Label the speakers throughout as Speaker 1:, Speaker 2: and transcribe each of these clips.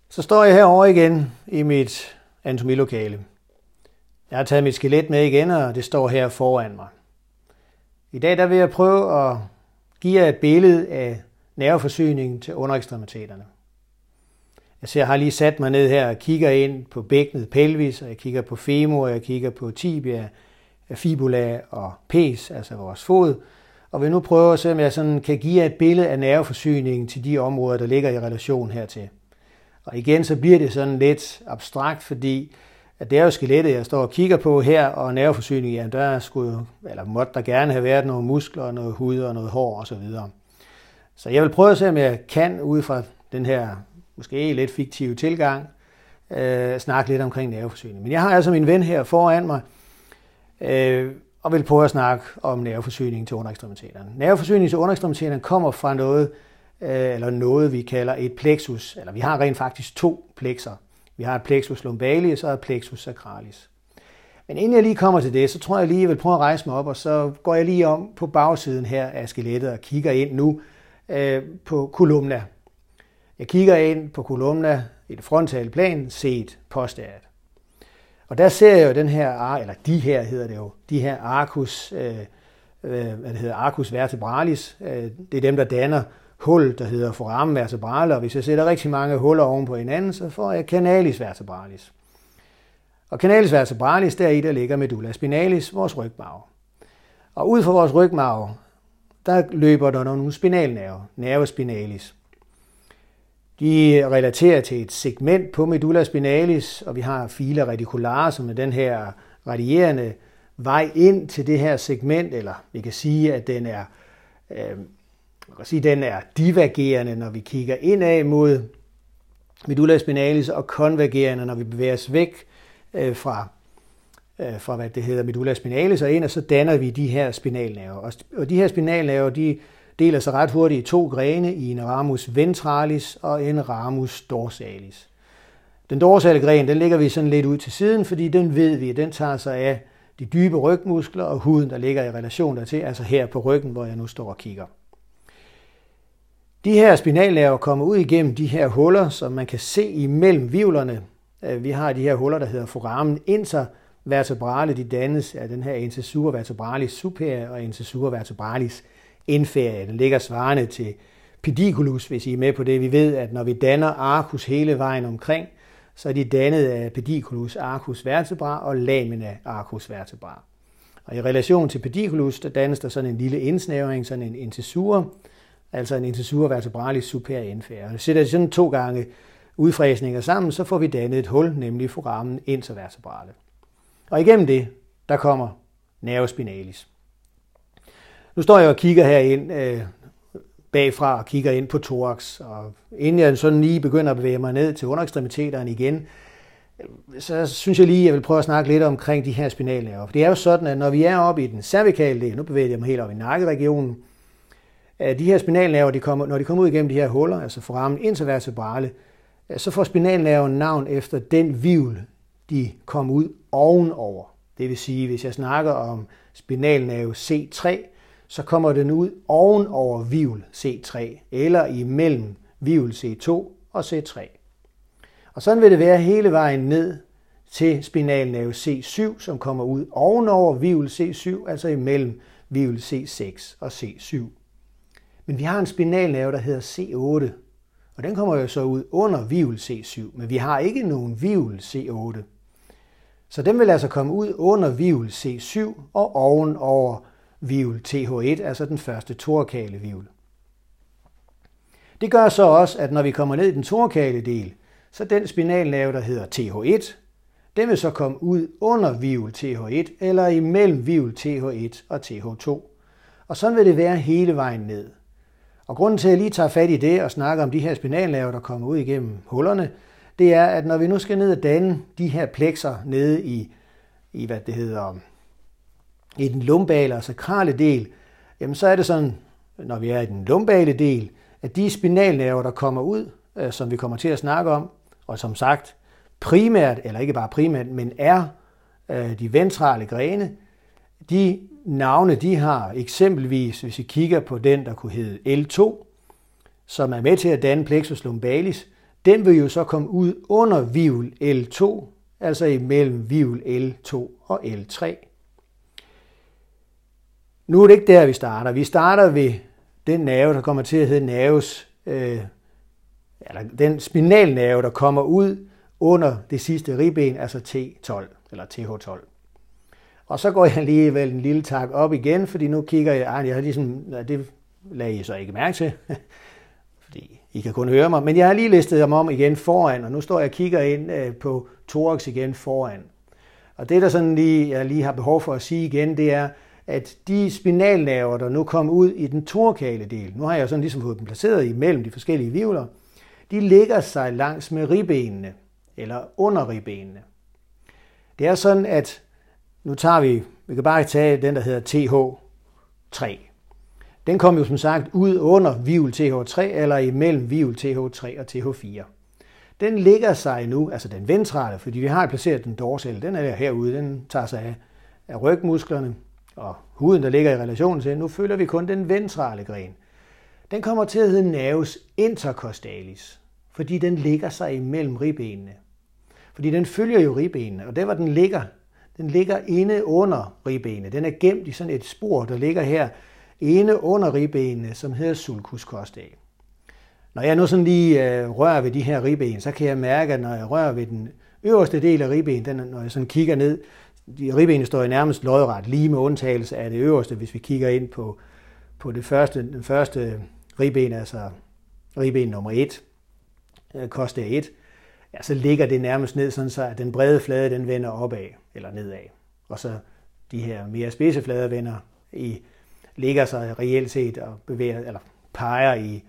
Speaker 1: Så står jeg herovre igen i mit anatomilokale. Jeg har taget mit skelet med igen, og det står her foran mig. I dag der vil jeg prøve at give jer et billede af nerveforsyningen til underekstremiteterne. Jeg har lige sat mig ned her og kigger ind på bækkenet pelvis, og jeg kigger på femur, og jeg kigger på tibia, fibula og pes, altså vores fod. Og vil nu prøve at se, om jeg sådan kan give jer et billede af nerveforsyningen til de områder, der ligger i relation hertil. Og igen så bliver det sådan lidt abstrakt, fordi at det er jo skelettet, jeg står og kigger på her, og nerveforsyningen, ja, måtte der gerne have været nogle muskler, noget hud og noget hår osv. Så jeg vil prøve at se, om jeg kan, ud fra den her måske lidt fiktive tilgang, snakke lidt omkring nerveforsyningen. Men jeg har altså min ven her foran mig, og vil prøve at snakke om nerveforsyningen til underekstremiteterne. Nerveforsyningen til underekstremiteterne kommer fra noget, vi kalder et plexus, eller vi har rent faktisk 2 plexer. Vi har et plexus lumbalis og et plexus sacralis. Men inden jeg lige kommer til det, så tror jeg lige, jeg vil prøve at rejse mig op, og så går jeg lige om på bagsiden her af skelettet og kigger ind nu på columna. Jeg kigger ind på columna i det frontale plan, set posteriort. Og der ser jeg jo den her, eller de her hedder det jo, de her arcus vertebralis. Det er dem, der danner hul, der hedder foramen vertebrale, og hvis jeg sætter rigtig mange huller oven på hinanden, så får jeg canalis vertebralis. Og canalis vertebralis, deri der ligger medulla spinalis, vores rygmarv. Og ud fra vores rygmarv, der løber der nogle spinalnerver, nerva spinalis. De relaterer til et segment på medulla spinalis, og vi har fila radicularis, som er den her radierende vej ind til det her segment, eller vi kan sige, at den er divergerende, når vi kigger indad mod medulla spinalis, og konvergerende, når vi bevæger os væk fra medulla spinalis og ind, og så danner vi de her spinalnerver. Og de her spinalnerver, de deler sig ret hurtigt i 2 grene, i en ramus ventralis og en ramus dorsalis. Den dorsale gren, den lægger vi sådan lidt ud til siden, fordi den ved vi, at den tager sig af de dybe rygmuskler og huden, der ligger i relation dertil, altså her på ryggen, hvor jeg nu står og kigger. De her spinalnerver kommer ud igennem de her huller, som man kan se imellem hvirvlerne. Vi har de her huller, der hedder foramen intervertebrale. De dannes af den her incisura vertebralis superior og incisura vertebralis inferior. Den ligger svarende til pediculus, hvis I er med på det. Vi ved, at når vi danner arcus hele vejen omkring, så er de dannet af pediculus arcus vertebra og lamina arcus vertebra. Og i relation til pediculus, der dannes der sådan en lille indsnævring, sådan en incisura, altså en incisura vertebralis superior inferior. Sætter de sådan 2 gange udfræsninger sammen, så får vi dannet et hul, nemlig foramen intervertebrale. Og igennem det, der kommer nerva spinalis. Nu står jeg og kigger herind bagfra og kigger ind på thorax, og inden jeg sådan lige begynder at bevæge mig ned til underekstremiteterne igen, så synes jeg lige, at jeg vil prøve at snakke lidt omkring de her spinalnerver. For det er jo sådan, at når vi er oppe i den cervikale del, nu bevæger jeg mig helt op i nakkeregionen, de her spinalnerver, når de kommer ud igennem de her huller, altså foramen intervertebrale, så får spinalnerven navn efter den hvirvel, de kom ud ovenover. Det vil sige, hvis jeg snakker om spinalnerve C3, så kommer den ud ovenover hvirvel C3, eller imellem hvirvel C2 og C3. Og sådan vil det være hele vejen ned til spinalnerve C7, som kommer ud ovenover hvirvel C7, altså imellem hvirvel C6 og C7. Men vi har en spinalnerve, der hedder C8, og den kommer jo så ud under hvirvel C7, men vi har ikke nogen hvirvel C8. Så den vil altså komme ud under hvirvel C7 og ovenover hvirvel TH1, altså den første thorakale hvirvel. Det gør så også, at når vi kommer ned i den thorakale del, så den spinalnerve, der hedder TH1, den vil så komme ud under hvirvel TH1, eller imellem hvirvel TH1 og TH2. Og sådan vil det være hele vejen ned. Og grunden til, at jeg lige tager fat i det og snakker om de her spinalnerver, der kommer ud igennem hullerne, det er, at når vi nu skal ned og danne de her plexer nede i den lumbale og sakrale del, jamen så er det sådan, når vi er i den lumbale del, at de spinalnerver, der kommer ud, som vi kommer til at snakke om, og som sagt primært, eller ikke bare primært, men er de ventrale grene, de navne, de har eksempelvis, hvis vi kigger på den, der kunne hedde L2, som er med til at danne plexus lumbalis, den vil jo så komme ud under hvirvel L2, altså imellem hvirvel L2 og L3. Nu er det ikke der, vi starter. Vi starter ved den nerve, der kommer til at hedde nerves, eller den spinalnerve, der kommer ud under det sidste ribben, altså T12 eller TH12. Og så går jeg alligevel en lille tak op igen, fordi nu kigger jeg har ligesom, det lagde I så ikke mærke til, fordi I kan kun høre mig, men jeg har lige listet dem om igen foran, og nu står jeg og kigger ind på thorax igen foran. Og det, der sådan jeg lige har behov for at sige igen, det er, at de spinalnerver, der nu kommer ud i den thorakale del, nu har jeg sådan ligesom fået dem placeret imellem de forskellige hvirvler, de ligger sig langs med ribbenene, eller under ribbenene. Det er sådan, at nu tager vi kan bare tage den, der hedder TH3. Den kom jo som sagt ud under hvirvel TH3, eller imellem hvirvel TH3 og TH4. Den ligger sig nu, altså den ventrale, fordi vi har placeret den dorsale, den er herude, den tager sig af rygmusklerne og huden, der ligger i relation til. Nu følger vi kun den ventrale gren. Den kommer til at hedde nervus intercostalis, fordi den ligger sig imellem ribbenene. Fordi den følger jo ribbenene, og der hvor den ligger inde under ribbenene. Den er gemt i sådan et spor, der ligger her inde under ribbenene, som hedder sulcus costae. Når jeg nu sådan lige rører ved de her ribben, så kan jeg mærke, at når jeg rører ved den øverste del af ribben, når jeg sådan kigger ned, ribbenene står nærmest lodret, lige med undtagelse af det øverste, hvis vi kigger ind på den første ribben, altså ribben nummer 1, costae 1, ja, så ligger det nærmest ned, sådan så at den brede flade den vender opad eller nedad. Og så de her mere spidse flader ligger sig reelt set og bevæger, eller peger i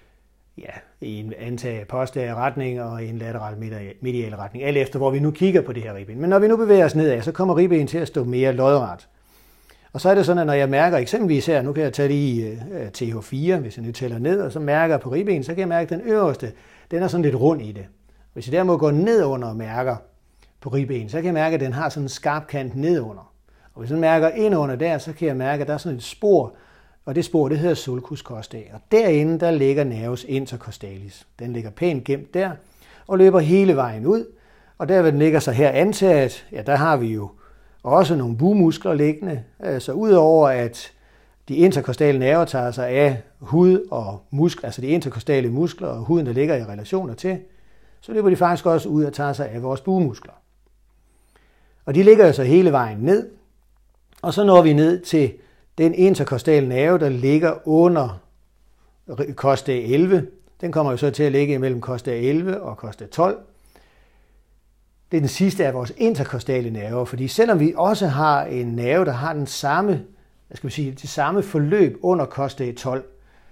Speaker 1: en antag posterior retning og en lateral medial retning, alt efter hvor vi nu kigger på det her ribben. Men når vi nu bevæger os nedad, så kommer ribben til at stå mere lodret. Og så er det sådan, at når jeg mærker eksempelvis her, nu kan jeg tage lige TH4, hvis jeg nu tæller ned, og så mærker jeg på ribben, så kan jeg mærke, at den øverste, den er sådan lidt rund i det. Hvis jeg derimod går ned under og mærker på ribben, så kan jeg mærke, at den har sådan en skarp kant nedunder. Og hvis jeg mærker ind under der, så kan jeg mærke, at der er sådan et spor, og det spor, det hedder sulcus costae. Og derinde, der ligger nervus intercostalis. Den ligger pænt gemt der, og løber hele vejen ud. Og der, hvor den ligger sig her antaget, ja, der har vi jo også nogle bugmuskler liggende. Så udover at de interkostale nerver tager sig af hud og muskler, altså de interkostale muskler og huden, der ligger i relationer til, så løber de faktisk også ud og tager sig af vores bugmuskler. Og de ligger jo så hele vejen ned, og så når vi ned til den interkostale nerve, der ligger under costae 11. Den kommer jo så til at ligge imellem costae 11 og costae 12. Det er den sidste af vores interkostale nerver, fordi selvom vi også har en nerve, der har den samme, det samme forløb under costae 12,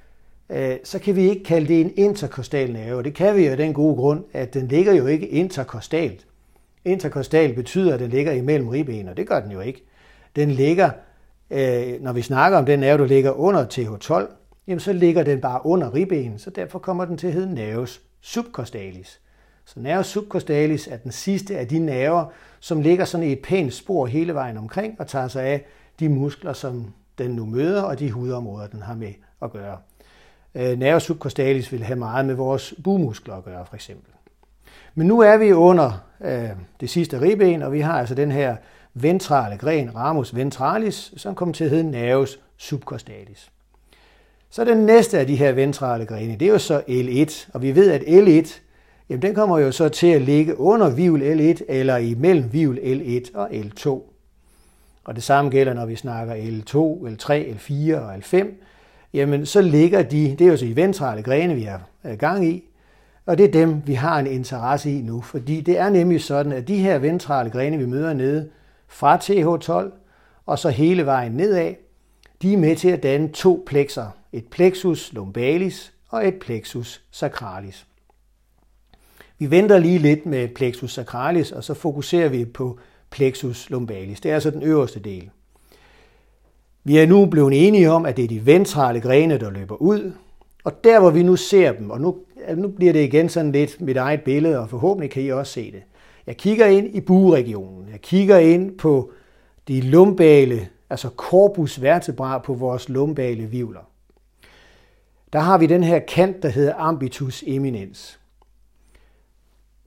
Speaker 1: så kan vi ikke kalde det en interkostal nerve. Det kan vi jo af den gode grund, at den ligger jo ikke interkostalt. Interkostal betyder, at den ligger imellem ribben, og det gør den jo ikke. Den ligger, når vi snakker om den nerve, der ligger under TH12, jamen så ligger den bare under ribben, så derfor kommer den til at hedde nervus subcostalis. Så nervus subcostalis er den sidste af de nerver, som ligger sådan i et pænt spor hele vejen omkring og tager sig af de muskler, som den nu møder, og de hudområder, den har med at gøre. Nervus subcostalis vil have meget med vores bugmuskler at gøre, for eksempel. Men nu er vi under det sidste ribben, og vi har altså den her ventrale gren, ramus ventralis, som kommer til at hedde nervus subcostalis. Så den næste af de her ventrale grene, det er jo så L1, og vi ved, at L1, jamen den kommer jo så til at ligge under hvirvel L1, eller imellem hvirvel L1 og L2. Og det samme gælder, når vi snakker L2, L3, L4 og L5, jamen så ligger det er jo så i ventrale grene, vi har gang i, og det er dem, vi har en interesse i nu, fordi det er nemlig sådan, at de her ventrale grene, vi møder nede fra TH12 og så hele vejen nedad, de er med til at danne to plexer, et plexus lumbalis og et plexus sacralis. Vi venter lige lidt med plexus sacralis, og så fokuserer vi på plexus lumbalis. Det er altså den øverste del. Vi er nu blevet enige om, at det er de ventrale grene, der løber ud, og der hvor vi nu ser dem, og nu bliver det igen sådan lidt mit eget billede, og forhåbentlig kan I også se det. Jeg kigger ind i bugregionen, jeg kigger ind på de lumbale, altså corpus vertebra på vores lumbale hvirvler. Der har vi den her kant, der hedder ambitus eminens.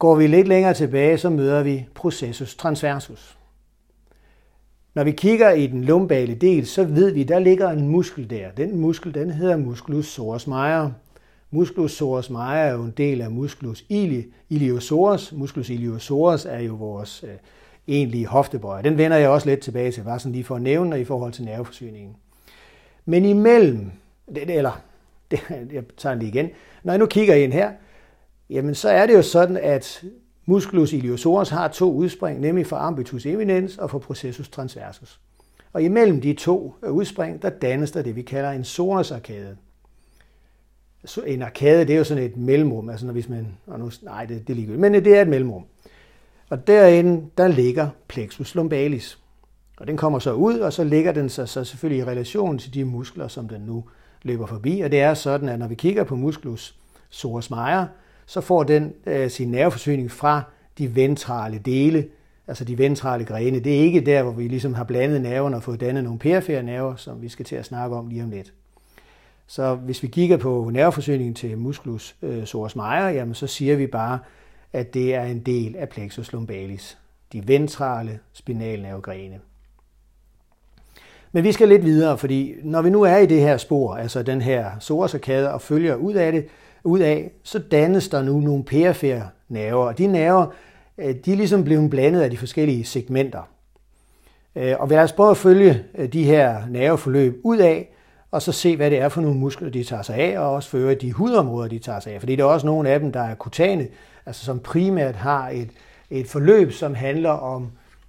Speaker 1: Går vi lidt længere tilbage, så møder vi processus transversus. Når vi kigger i den lumbale del, så ved vi, der ligger en muskel der. Den muskel, den hedder musculus psoas major. Musculus psoas major er jo en del af musculus iliosoros. Musculus iliosoros er jo vores egentlige hoftebøjer. Den vender jeg også lidt tilbage til, bare sådan lige for at nævne i forhold til nerveforsyningen. Men imellem, jeg tager den lige igen, når jeg nu kigger ind her, jamen så er det jo sådan, at musculus iliosoros har 2 udspring, nemlig fra ambitus eminens og fra processus transversus. Og imellem de 2 udspring, der dannes der det, vi kalder en psoasarkade. En arkade, det er jo sådan et mellemrum, altså når hvis man, det er ligegyldigt, men det er et mellemrum. Og derinde, der ligger plexus lumbalis. Og den kommer så ud, og så ligger den så selvfølgelig i relation til de muskler, som den nu løber forbi. Og det er sådan, at når vi kigger på musculus psoas major, så får den sin nerveforsyning fra de ventrale dele, altså de ventrale grene. Det er ikke der, hvor vi ligesom har blandet nerverne og fået dannet nogle perifere nerver, som vi skal til at snakke om lige om lidt. Så hvis vi kigger på nerveforsyningen til musculus psoas major, jamen så siger vi bare, at det er en del af plexus lumbalis, de ventrale spinalnervegrene. Men vi skal lidt videre, fordi når vi nu er i det her spor, altså den her psoasarkade og følger ud af, så dannes der nu nogle perifere nerver, og de nerver, de er ligesom blevet blandet af de forskellige segmenter. Og lad os prøve at følge de her nerveforløb ud af, og så se, hvad det er for nogle muskler, de tager sig af, og også føre de hudområder, de tager sig af. Fordi der er også nogle af dem, der er kutane, altså som primært har et forløb, som handler om,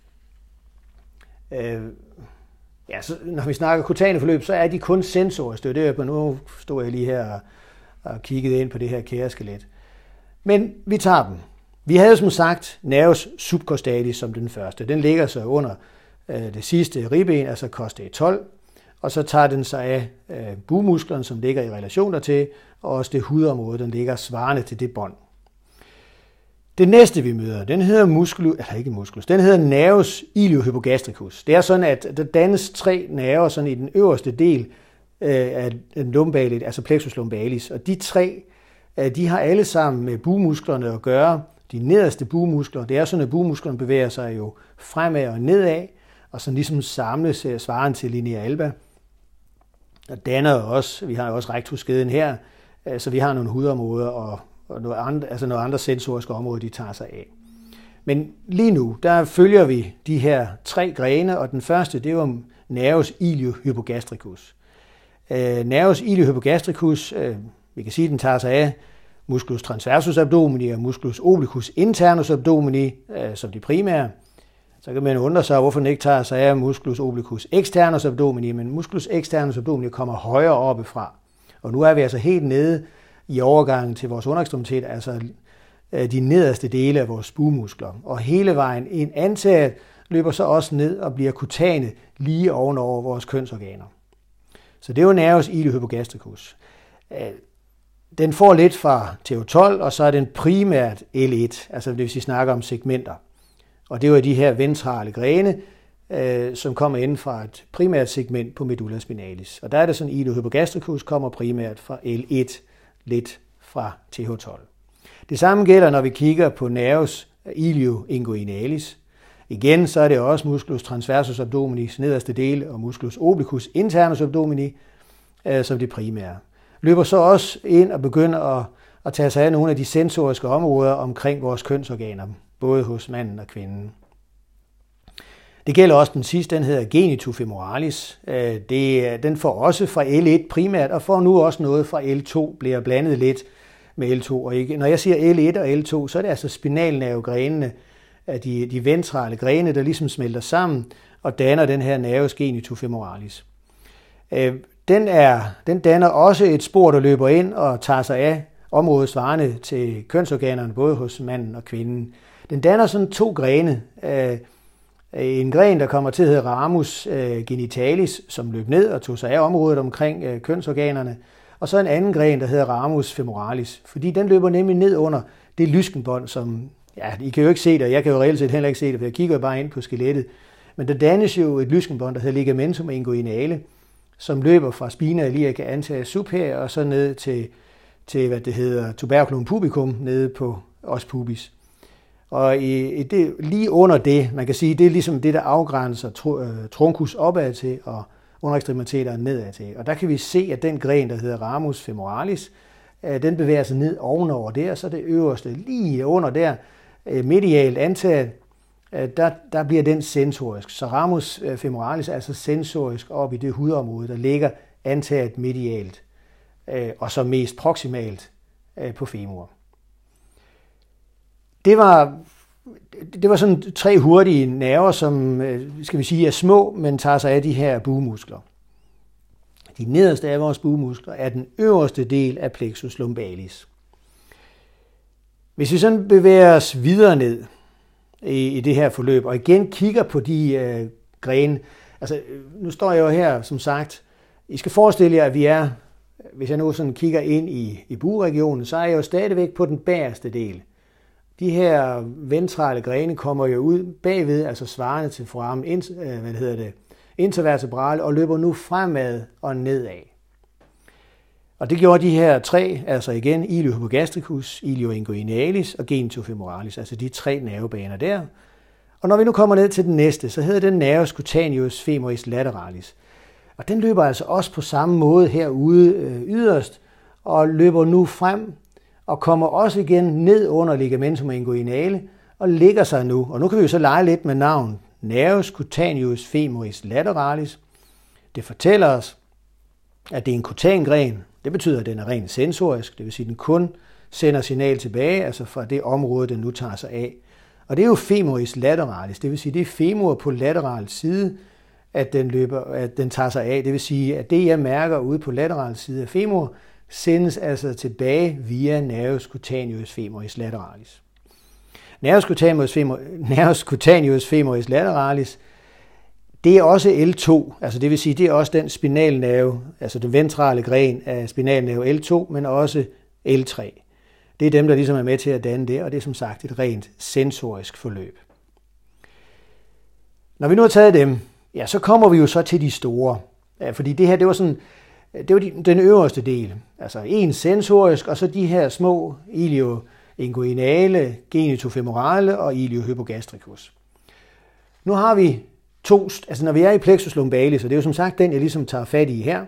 Speaker 1: så når vi snakker kutane forløb, så er de kun sensoriske. Det er på nu stod jeg lige her og kiggede ind på det her kæreskelet. Men vi tager dem. Vi havde som sagt nervus subcostalis som den første. Den ligger så under det sidste ribben, altså costae 12. Og så tager den sig af bugmusklerne, som ligger i relation dertil, og også det hudområde, den ligger svarende til det bånd. Det næste, vi møder, den hedder den hedder nervus iliohypogastricus. Det er sådan, at der dannes 3 nerver sådan i den øverste del af den lumbale, altså plexus lumbalis. Og de 3, de har alle sammen med bugmusklerne at gøre. De nederste bugmuskler, det er sådan, at bugmusklerne bevæger sig jo fremad og nedad, og så ligesom samles svaren til linea alba. Og danner også, vi har også rectuskæden her, så vi har nogle hudområder og nogle andre sensoriske områder, de tager sig af. Men lige nu, der følger vi de her 3 grene, og den første, det er jo nervus iliohypogastricus. Nervus iliohypogastricus, vi kan sige, at den tager sig af musculus transversus abdomini og musculus obliquus internus abdomini som de primære. Så kan man undre sig, hvorfor den ikke tager sig af musculus obliquus externus abdomini, men musculus externus abdomini kommer højere oppe fra. Og nu er vi altså helt nede i overgangen til vores underekstremitet, altså de nederste dele af vores bugmuskler. Og hele vejen ind antaget løber så også ned og bliver kutane lige ovenover vores kønsorganer. Så det er jo nervus iliohypogastricus. Den får lidt fra TO12, og så er den primært L1, altså det vil sige snakker om segmenter. Og det er jo de her ventrale grene, som kommer inden fra et primært segment på medulla spinalis. Og der er det sådan, iliohypogastricus kommer primært fra L1, lidt fra TH12. Det samme gælder, når vi kigger på nervus ilioinguinalis. Igen så er det også musculus transversus abdominis nederste del og musculus obliquus internus abdomini som det primære. Løber så også ind og begynder at tage sig af nogle af de sensoriske områder omkring vores kønsorganer, både hos manden og kvinden. Det gælder også den sidste, den hedder genitus femoralis. Den får også fra L1 primært, og får nu også noget fra L2, bliver blandet lidt med L2. Og når jeg siger L1 og L2, så er det altså spinalnervegrenene, de ventrale grene, der ligesom smelter sammen og danner den her nervus genitus femoralis. Den danner også et spor, der løber ind og tager sig af området svarende til kønsorganerne, både hos manden og kvinden. Den danner sådan 2 grene. En gren, der kommer til at hedde ramus genitalis, som løb ned og tog sig af området omkring kønsorganerne. Og så en anden gren, der hedder ramus femoralis, fordi den løber nemlig ned under det lyskenbånd, som, I kan jo ikke se det, og jeg kan jo reelt set heller ikke se det, for jeg kigger bare ind på skelettet. Men der dannes jo et lyskenbånd, der hedder ligamentum inguinale, som løber fra spina iliaca anterior superior og så ned til tuberculum pubicum nede på os pubis. Og lige under det, man kan sige, det er ligesom det, der afgrænser truncus opad til og underekstremiteterne nedad til. Og der kan vi se, at den gren, der hedder ramus femoralis, den bevæger sig ned ovenover der, så det øverste lige under der, medialt antaget, der bliver den sensorisk. Så ramus femoralis er altså sensorisk op i det hudområde, der ligger antaget medialt, og så mest proximalt på femur. Det var sådan 3 hurtige nerver, som skal vi sige er små, men tager sig af de her bugmuskler. De nederste af vores bugmuskler er den øverste del af plexus lumbalis. Hvis vi sådan bevæger os videre ned i det her forløb, og igen kigger på de grene, altså nu står jeg jo her, som sagt, I skal forestille jer, at vi er, hvis jeg nu sådan kigger ind i bugregionen, så er jeg jo stadigvæk på den bagerste del. De her ventrale grene kommer jo ud bagved, altså svarende til foramen intervertebrale, og løber nu fremad og nedad. Og det gjorde de her 3, altså igen iliohypogastricus, ilioinguinalis og genitofemoralis, altså de 3 nervebaner der. Og når vi nu kommer ned til den næste, så hedder den nervus cutaneus femoris lateralis. Og den løber altså også på samme måde herude yderst, og løber nu frem og kommer også igen ned under ligamentum inguinale og ligger sig nu. Og nu kan vi jo så lege lidt med navn. Nervus cutaneus femoris lateralis. Det fortæller os, at det er en cutangren. Det betyder, at den er rent sensorisk, det vil sige, at den kun sender signal tilbage, altså fra det område, den nu tager sig af. Og det er jo femoris lateralis, det vil sige, det er femur på lateral side, at den tager sig af. Det vil sige, at det, jeg mærker ude på lateral side af femur, sendes altså tilbage via nervus cutaneus femoris lateralis. Nervus cutaneus femoris lateralis, det er også L2, altså det vil sige, det er også den spinalnerve, altså den ventrale gren af spinalnerve L2, men også L3. Det er dem, der ligesom er med til at danne det, og det er som sagt et rent sensorisk forløb. Når vi nu har taget dem, ja, så kommer vi jo så til de store, fordi det her, det var den øverste del, altså en sensorisk, og så de her små ilioinguinale, genitofemorale og iliohypogastricus. Nu har vi 2, altså når vi er i plexus lumbalis, og det er jo som sagt den, jeg ligesom tager fat i her,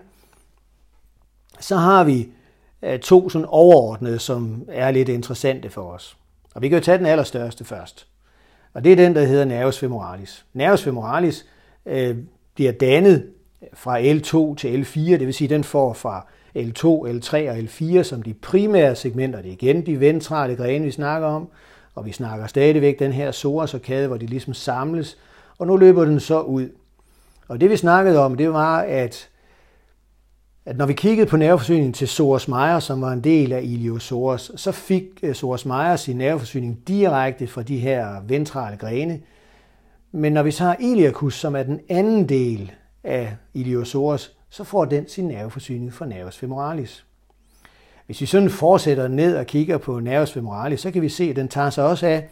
Speaker 1: så har vi 2 sådan overordnede, som er lidt interessante for os. Og vi kan jo tage den allerstørste først. Og det er den, der hedder nervus femoralis. Nervus femoralis bliver dannet fra L2 til L4, det vil sige, den får fra L2, L3 og L4 som de primære segmenter. Det er igen de ventrale grene, vi snakker om, og vi snakker stadigvæk den her psoasarkade, hvor de ligesom samles, og nu løber den så ud. Og det vi snakkede om, det var, at når vi kiggede på nerveforsyningen til psoas major, som var en del af iliopsoas, så fik psoas major sin nerveforsyning direkte fra de her ventrale grene. Men når vi så har iliacus, som er den anden del af iliopsoas, så får den sin nerveforsyning fra nervus femoralis. Hvis vi sådan fortsætter ned og kigger på nervus femoralis, så kan vi se, at den tager sig også af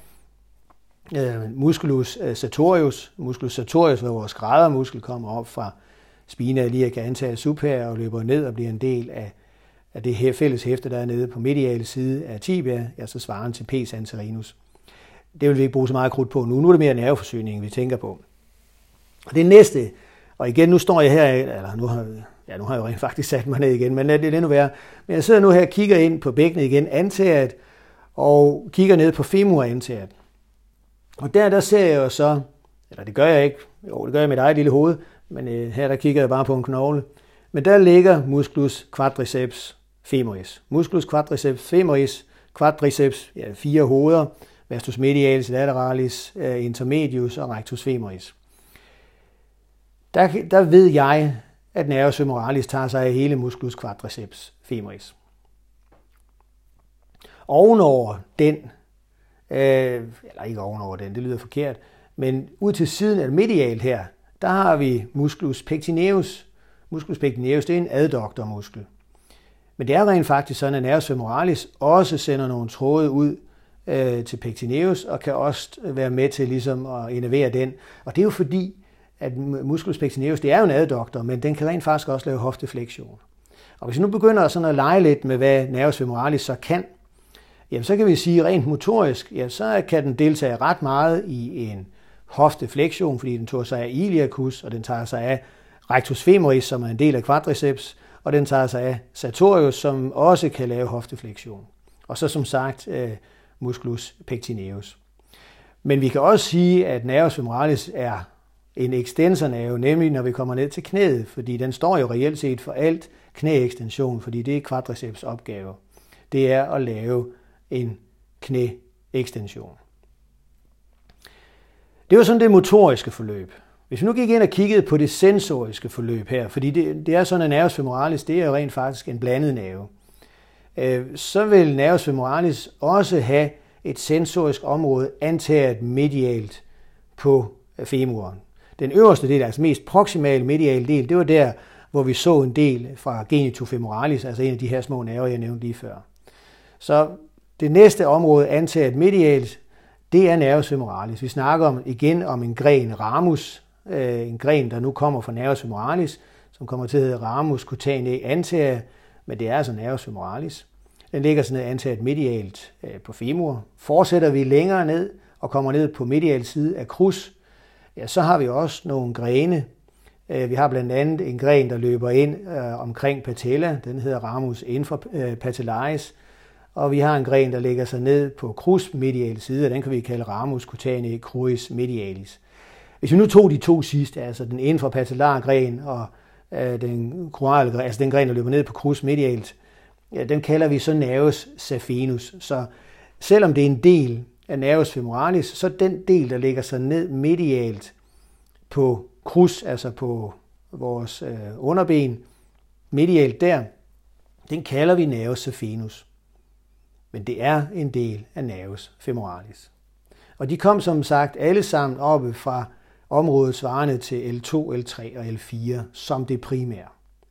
Speaker 1: musculus sartorius. Musculus sartorius, hvor vores skræddermuskel kommer op fra spina iliaca anterior superior og løber ned og bliver en del af det her fælles hæfte, der er nede på mediale side af tibia, altså svarende til pes anterinus. Det vil vi ikke bruge så meget krudt på nu. Nu er det mere nerveforsyningen, vi tænker på. Og det næste, og igen, nu står jeg her, eller nu har jeg jo rent faktisk sat mig ned igen, men det er nu værre. Men jeg sidder nu her og kigger ind på bækkenet igen, anteriat, og kigger ned på femur anteriat. Og der ser jeg jo så, eller det gør jeg ikke, jo, det gør jeg i mit eget lille hoved, men her der kigger jeg bare på en knogle. Men der ligger musculus quadriceps femoris. Musculus quadriceps femoris, quadriceps, 4 hoveder, vastus medialis, lateralis, intermedius og rectus femoris. Der ved jeg, at nervus femoralis tager sig af hele musculus quadriceps femoris. Ovenover den, eller ikke ovenover den, det lyder forkert, men ud til siden af medial her, der har vi musculus pectineus. Musculus pectineus, det er en adduktormuskel. Men det er rent faktisk sådan, at nervus femoralis også sender nogle tråde ud til pectineus, og kan også være med til ligesom at innervere den. Og det er jo fordi, at musculus pectineus, det er jo en adduktor, men den kan rent faktisk også lave hofteflektion. Og hvis vi nu begynder sådan at lege lidt med, hvad nervus femoralis så kan, jamen så kan vi sige rent motorisk, ja, så kan den deltage ret meget i en hofteflexion, fordi den tager sig af iliacus, og den tager sig af rectus femoris, som er en del af quadriceps, og den tager sig af sartorius, som også kan lave hofteflexion. Og så som sagt musculus pectineus. Men vi kan også sige, at nervus femoralis er en ekstensornerve, nemlig når vi kommer ned til knæet, fordi den står jo reelt set for alt knæekstension, fordi det er quadriceps opgave. Det er at lave en knæekstension. Det var sådan det motoriske forløb. Hvis vi nu gik ind og kiggede på det sensoriske forløb her, fordi det er sådan, at nervus femoralis, det er jo rent faktisk en blandet nerve, så vil nervus femoralis også have et sensorisk område antaget medialt på femuren. Den øverste del, altså mest proximale mediale del, det var der, hvor vi så en del fra genitus femoralis, altså en af de her små nerver, jeg nævnte lige før. Så det næste område antaget medialt, det er nervus femoralis. Vi snakker igen om en gren ramus, en gren, der nu kommer fra nervus femoralis, som kommer til at hedde ramus cutaneae anterior, men det er altså nervus femoralis. Den ligger sådan antaget medialt på femur. Fortsætter vi længere ned og kommer ned på medial side af crus, ja, så har vi også nogle grene. Vi har blandt andet en gren, der løber ind omkring patella. Den hedder ramus infrapatellaris. Og vi har en gren, der lægger sig ned på crus medial side, og den kan vi kalde ramus cutaneae cruris medialis. Hvis vi nu tog de to sidste, altså den infrapatellare gren og den cruale gren, altså den gren, der løber ned på crus medialt, ja, den kalder vi så nervus saphenus. Så selvom det er en del af nervus femoralis, så den del, der lægger sig ned medialt på crus, altså på vores underben, medialt der, den kalder vi nervus saphenus. Men det er en del af nervus femoralis. Og de kom som sagt alle sammen oppe fra området svarende til L2, L3 og L4 som det primære.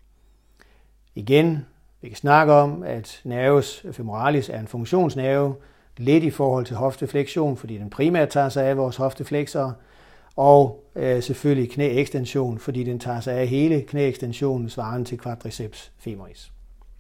Speaker 1: Igen, vi kan snakke om, at nervus femoralis er en funktionsnerve, lidt i forhold til hoftefleksion, fordi den primært tager sig af vores hoftefleksorer, og selvfølgelig knæekstension, fordi den tager sig af hele knæekstensionen svarende til quadriceps femoris.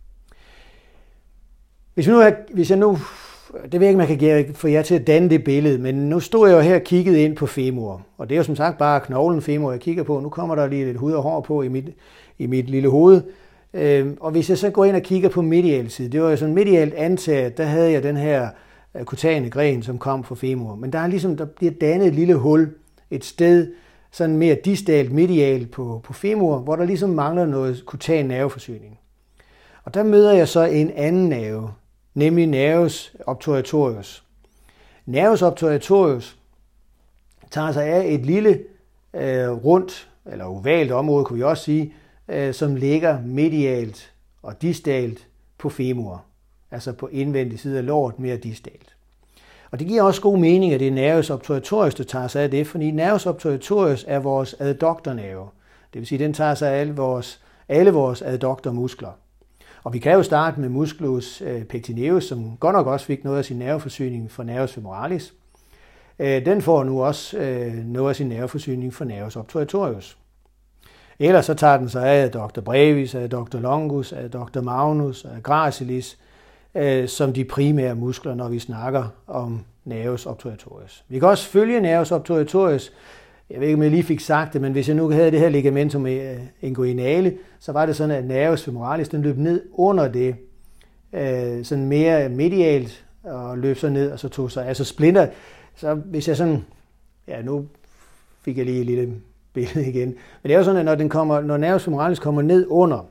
Speaker 1: Hvis jeg nu, det ved jeg ikke, man kan få jer til at danne det billede, men nu stod jeg jo her og kiggede ind på femur, og det er jo som sagt bare knoglen femur, jeg kigger på. Nu kommer der lige lidt hud og hår på i mit lille hoved. Og hvis jeg så går ind og kigger på medial side, det var jo sådan medialt antaget, der havde jeg den her kutane gren, som kom fra femur. Men der bliver dannet et lille hul et sted, sådan mere distalt medialt på femur, hvor der ligesom mangler noget kutan nerveforsyning. Og der møder jeg så en anden nerve, nemlig nervus obturatorius. Nervus obturatorius tager sig af et lille rundt eller ovalt område, kunne vi også sige, som ligger medialt og distalt på femur, altså på indvendig side af låret, mere distalt. Og det giver også god mening, at det er nervus obturatorius, der tager sig af det, fordi nervus obturatorius er vores adductornerve. Det vil sige, at den tager sig af alle vores adductormuskler. Og vi kan jo starte med musculus pectineus, som godt nok også fik noget af sin nerveforsyning fra nervus femoralis. Den får nu også noget af sin nerveforsyning fra nervus obturatorius. Ellers så tager den sig af adductor brevis, adductor longus, adductor magnus, gracilis, som de primære muskler, når vi snakker om nervus obturatorius. Vi kan også følge nervus obturatorius. Jeg ved ikke, om jeg lige fik sagt det, men hvis jeg nu havde det her ligamentum inguinale, så var det sådan, at nervus femoralis, den løb ned under det, sådan mere medialt, og løb så ned, og så tog sig, altså splinter. Så hvis jeg sådan, ja, nu fik jeg lige et lille billede igen. Men det er jo sådan, at når nervus femoralis kommer ned under,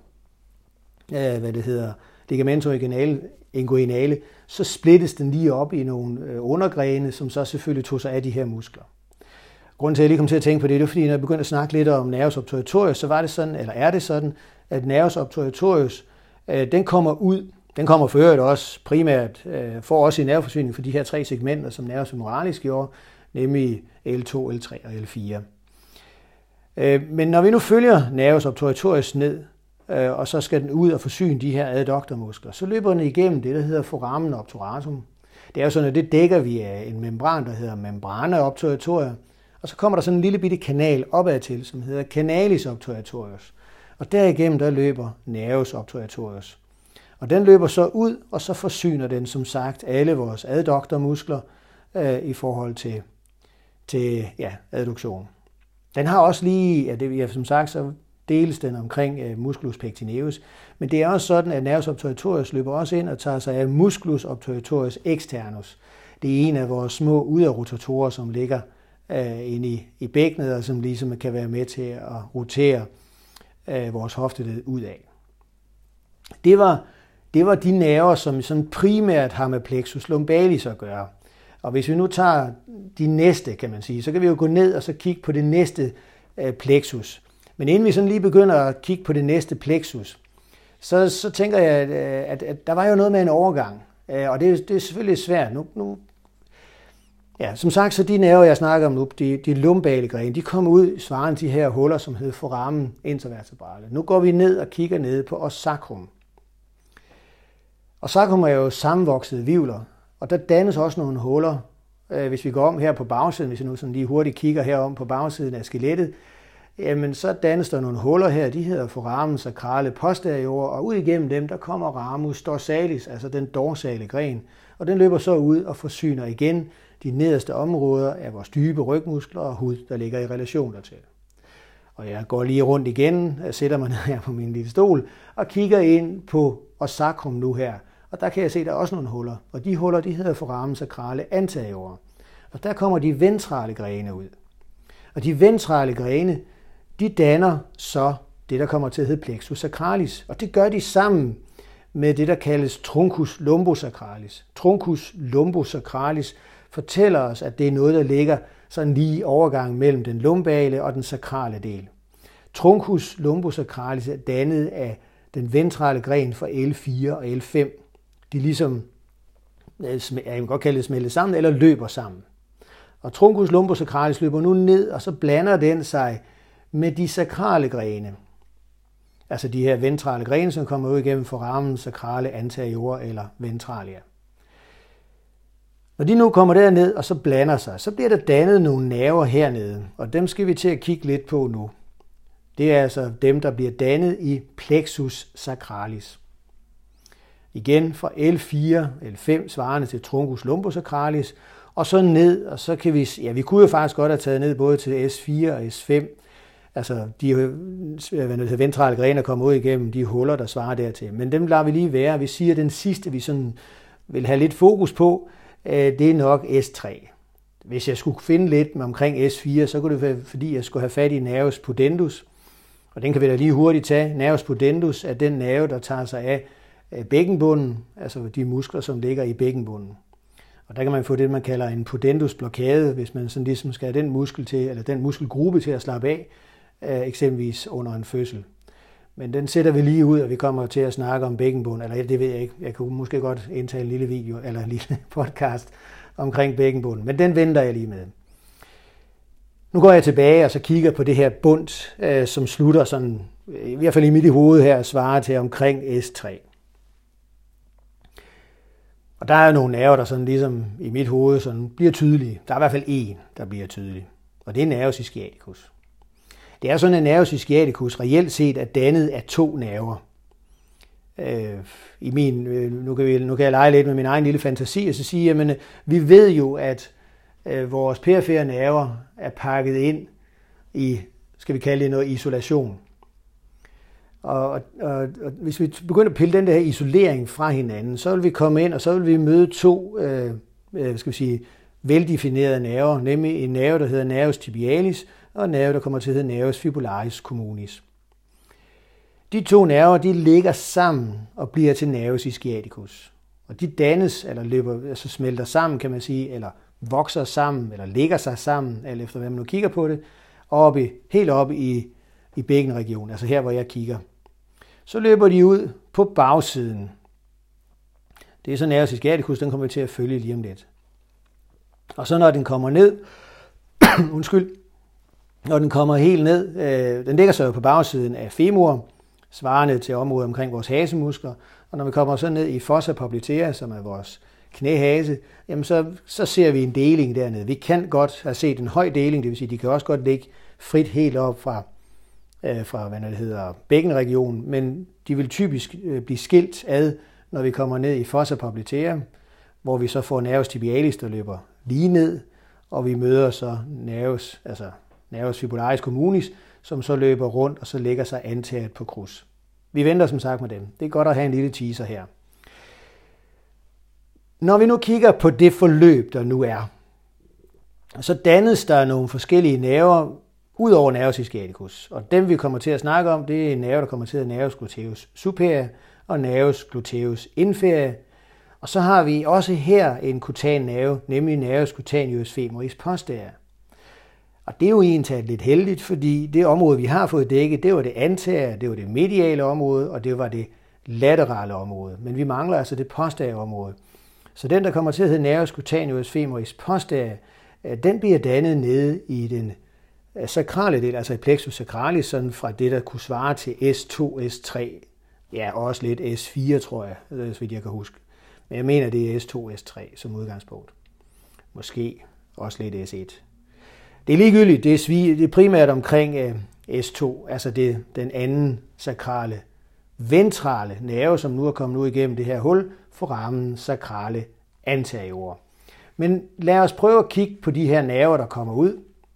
Speaker 1: ligamentum inguinale, så splittes den lige op i nogle undergrene, som så selvfølgelig tog sig af de her muskler. Grunden til, at jeg lige kom til at tænke på det er fordi, når jeg begyndte at snakke lidt om nervus obturatorius, så var det sådan, eller er det sådan, at nervus obturatorius, den kommer for øvrigt også primært, får også i nerveforsyning for de her tre segmenter, som nervus femoralis gjorde, nemlig L2, L3 og L4. Men når vi nu følger nervus obturatorius ned, og så skal den ud og forsyne de her adductormuskler, så løber den igennem det, der hedder foramen obturatum. Det er jo sådan, at det dækker vi af en membran, der hedder membrana obturatoria, og så kommer der sådan en lille bitte kanal opad til, som hedder canalis obturatorius. Og derigennem der løber nervus obturatorius. Og den løber så ud, og så forsyner den som sagt alle vores adduktormuskler i forhold til adduktion. Den har også lige, som sagt, så deles den omkring musculus pectineus, men det er også sådan, at nervus obturatorius løber også ind og tager sig af musculus obturatorius externus. Det er en af vores små yderrotatorer, som ligger inde i bækkenet, og som ligesom kan være med til at rotere vores hofteled ud af. Det var de nerver, som sådan primært har med plexus lumbalis at gøre. Og hvis vi nu tager de næste, kan man sige, så kan vi jo gå ned og så kigge på det næste plexus. Men inden vi sådan lige begynder at kigge på det næste plexus, så tænker jeg, at der var jo noget med en overgang. Og det er selvfølgelig svært. Som sagt, så de nerver, jeg snakker om nu, de lumbale grene, de kommer ud svarende de her huller, som hedder foramen intervertebrale. Nu går vi ned og kigger ned på os sacrum. Og sacrum er jo sammenvoksede hvirvler, og der dannes også nogle huller. Hvis vi går om her på bagsiden, hvis vi nu sådan lige hurtigt kigger herom på bagsiden af skelettet, jamen så dannes der nogle huller her, de hedder foramen sacrale posterior, og ud igennem dem, der kommer ramus dorsalis, altså den dorsale gren, og den løber så ud og forsyner igen de nederste områder af vores dybe rygmuskler og hud, der ligger i relation dertil. Og jeg går lige rundt igen, jeg sætter mig ned her på min lille stol og kigger ind på os sacrum nu her. Og der kan jeg se, at der er også nogle huller, og de huller, de hedder foramen sacrale anterior. Og der kommer de ventrale grene ud. Og de ventrale grene, de danner så det, der kommer til at hedde plexus sacralis. Og det gør de sammen med det, der kaldes truncus lumbosacralis. Truncus lumbosacralis fortæller os, at det er noget, der ligger sådan lige i overgangen mellem den lumbale og den sakrale del. Truncus lumbosacralis er dannet af den ventrale gren fra L4 og L5. De ligesom, jeg kan godt kalde det smeltet sammen, eller løber sammen. Og truncus lumbosacralis løber nu ned, og så blander den sig med de sakrale grene. Altså de her ventrale grene, som kommer ud igennem foramen sacrale anterior eller ventralia. Når de nu kommer derned og så blander sig, så bliver der dannet nogle nerver hernede, og dem skal vi til at kigge lidt på nu. Det er altså dem, der bliver dannet i plexus sacralis. Igen fra L4, L5 svarende til truncus lumbosacralis, og så ned, og så kan vi kunne jo faktisk godt have taget ned både til S4 og S5, altså de ventrale grene kommer ud igennem de huller, der svarer dertil. Men dem lader vi lige være. Vi siger, at den sidste, vi sådan vil have lidt fokus på, det er nok S3. Hvis jeg skulle finde lidt omkring S4, så kunne det være, fordi jeg skulle have fat i nervus pudendus. Og den kan vi da lige hurtigt tage. Nervus pudendus er den nerve, der tager sig af bækkenbunden, altså de muskler, som ligger i bækkenbunden. Og der kan man få det, man kalder en pudendusblokade, hvis man sådan ligesom skal have den muskel til, eller den muskelgruppe til at slappe af, eksempelvis under en fødsel. Men den sætter vi lige ud, og vi kommer til at snakke om bækkenbund, eller det ved jeg ikke. Jeg kunne måske godt indtale en lille video, eller en lille podcast omkring bækkenbunden, men den venter jeg lige med. Nu går jeg tilbage og så kigger på det her bund, som slutter sådan, i hvert fald i mit hoved her, svarer til omkring S3. Og der er nogle nerver, der sådan ligesom i mit hoved sådan bliver tydelige. Der er i hvert fald en, der bliver tydelig, og det er nervus ischiaticus. Det er sådan, at nervus ischiaticus reelt set er dannet af to nerver. Nu kan jeg lege lidt med min egen lille fantasi og så sige, at vi ved jo, at vores perifere nerver er pakket ind i, skal vi kalde det noget, isolation. Og hvis vi begynder at pille den der isolering fra hinanden, så vil vi komme ind, og så vil vi møde to veldefinerede nerver, nemlig en nerve, der hedder nervus tibialis, og en nerve, der kommer til at hedde nervus fibularis communis. De to nerver, de ligger sammen og bliver til nervus ischiaticus. Og de dannes, eller smelter sammen, kan man sige, eller vokser sammen, eller ligger sig sammen, alt efter hvad man nu kigger på det, helt oppe i bækkenregionen, altså her, hvor jeg kigger. Så løber de ud på bagsiden. Det er så nervus ischiaticus, den kommer vi til at følge lige om lidt. Og så når den kommer ned, når den kommer helt ned, den ligger så jo på bagsiden af femur, svarende til området omkring vores hasemuskler, og når vi kommer så ned i fossa popliteus, som er vores knæhase, jamen så ser vi en deling dernede. Vi kan godt have set en høj deling, det vil sige, de kan også godt ligge frit helt op fra bækkenregionen, men de vil typisk blive skilt ad når vi kommer ned i fossa popliteum, hvor vi så får nervus tibialis, der løber lige ned, og vi møder så nervus fibularis communis, som så løber rundt, og så lægger sig antaget på kryds. Vi venter som sagt med dem. Det er godt at have en lille teaser her. Når vi nu kigger på det forløb, der nu er, så dannes der nogle forskellige nerver ud over nervus ischiaticus. Og dem vi kommer til at snakke om, det er en nerve, der kommer til at hedde nervus gluteus superior og nervus gluteus inferior. Og så har vi også her en kutan nerve, nemlig nervus cutaneus femoris posterior. Og det er jo egentlig lidt heldigt, fordi det område, vi har fået dækket, det var det anteriore, det var det mediale område, og det var det laterale område. Men vi mangler altså det posteriore område. Så den, der kommer til at hedde nervus cutaneus femoris posterior, den bliver dannet nede i den sakrale del, altså i plexus sacralis, sådan fra det, der kunne svare til S2, S3, ja, også lidt S4, tror jeg, så vidt jeg kan huske. Men jeg mener, det er S2, S3 som udgangspunkt. Måske også lidt S1. Det er ligegyldigt, det er primært omkring S2, altså den anden sakrale ventrale nerve, som nu er kommet ud igennem det her hul, foramen sacrale anterior. Men lad os prøve at kigge på de her nerver, der kommer ud.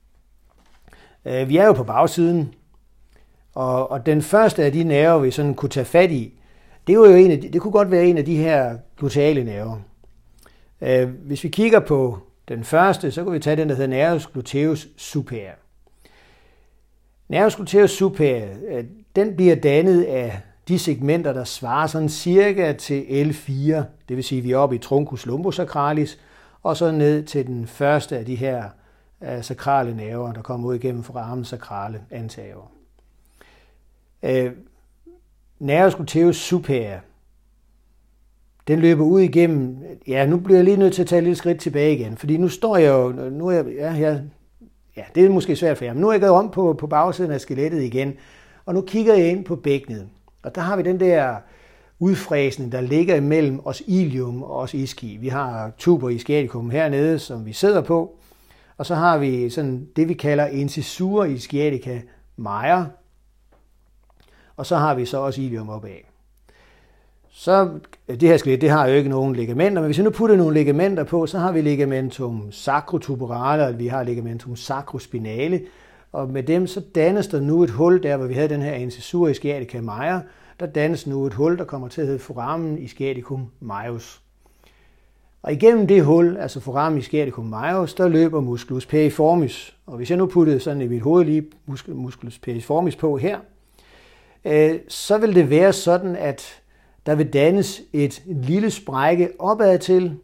Speaker 1: Vi er jo på bagsiden, og den første af de nerver, vi sådan kunne tage fat i, det kunne godt være en af de her gluteale nerver. Hvis vi kigger på den første, så kan vi tage den, der hedder nervus gluteus superior. Nervus gluteus superior, den bliver dannet af de segmenter, der svarer sådan cirka til L4, det vil sige, at vi er oppe i truncus lumbosacralis, og så ned til den første af de her sakrale nerver, der kommer ud igennem foramen sacrale anterior. Nervus gluteus superior, den løber ud igennem, ja, nu bliver jeg lige nødt til at tage et lille skridt tilbage igen, fordi nu står jeg jo, det er måske svært for jer, men nu er jeg gået om på bagsiden af skelettet igen, og nu kigger jeg ind på bækkenet, og der har vi den der udfræsning, der ligger imellem os ilium og os ischii. Vi har tuber ischiaticum hernede, som vi sidder på, og så har vi sådan det, vi kalder incisura ischiatica major, og så har vi så også ilium opad. Så det her skelet, det har jo ikke nogen ligamenter, men hvis vi nu putter nogle ligamenter på, så har vi ligamentum sacrotuberale, og vi har ligamentum sacrospinale, og med dem så dannes der nu et hul, der hvor vi havde den her incisura ischiatica major, der dannes nu et hul, der kommer til at hedde foramen ischiaticum majus. Og igennem det hul, altså foramen ischiaticum majus, der løber musculus piriformis. Og hvis jeg nu puttede sådan i mit hoved lige musculus piriformis på her, så vil det være sådan, at der vil dannes et lille sprække opad til,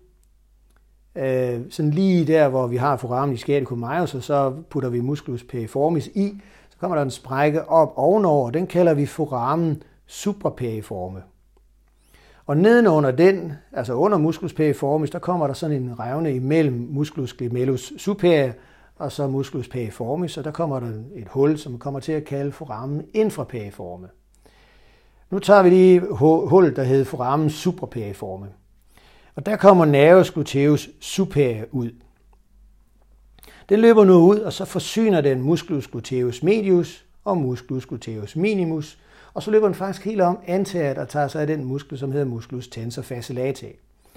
Speaker 1: sådan lige der, hvor vi har foramen ischiaticum majus, og så putter vi musculus piriformis i, så kommer der en sprække op ovenover, og den kalder vi foramen suprapiriforme. Og nedenunder den, altså under musculus piriformis, der kommer der sådan en revne imellem musculus gemellus superior og så musculus piriformis, og der kommer der et hul, som kommer til at kalde foramen infrapiriforme. Nu tager vi lige hul, der hedder foramen suprapiriforme. Og der kommer nervus gluteus superior ud. Den løber nu ud, og så forsyner den musculus gluteus medius og musculus gluteus minimus, og så løber den faktisk helt om anteriort og tager sig af den muskel, som hedder musculus tensor fasciolatae.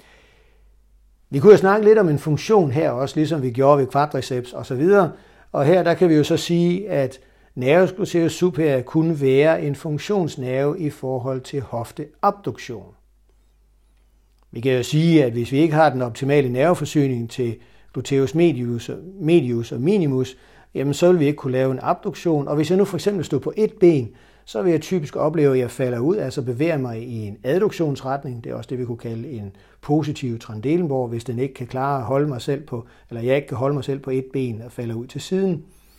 Speaker 1: Vi kunne jo snakke lidt om en funktion her også, ligesom vi gjorde ved quadriceps osv. Og her der kan vi jo så sige, at nervus gluteus superior kunne være en funktionsnerve i forhold til hofteabduktion. Vi kan jo sige, at hvis vi ikke har den optimale nerveforsyning til gluteus medius og minimus, jamen så vil vi ikke kunne lave en abduktion. Og hvis jeg nu for eksempel står på et ben, så vil jeg typisk opleve, at jeg falder ud, altså bevæger mig i en adduktionsretning. Det er også det, vi kunne kalde en positiv Trendelenborg, hvis den ikke kan klare at holde mig selv på, eller jeg ikke kan holde mig selv på et ben og falder ud til siden.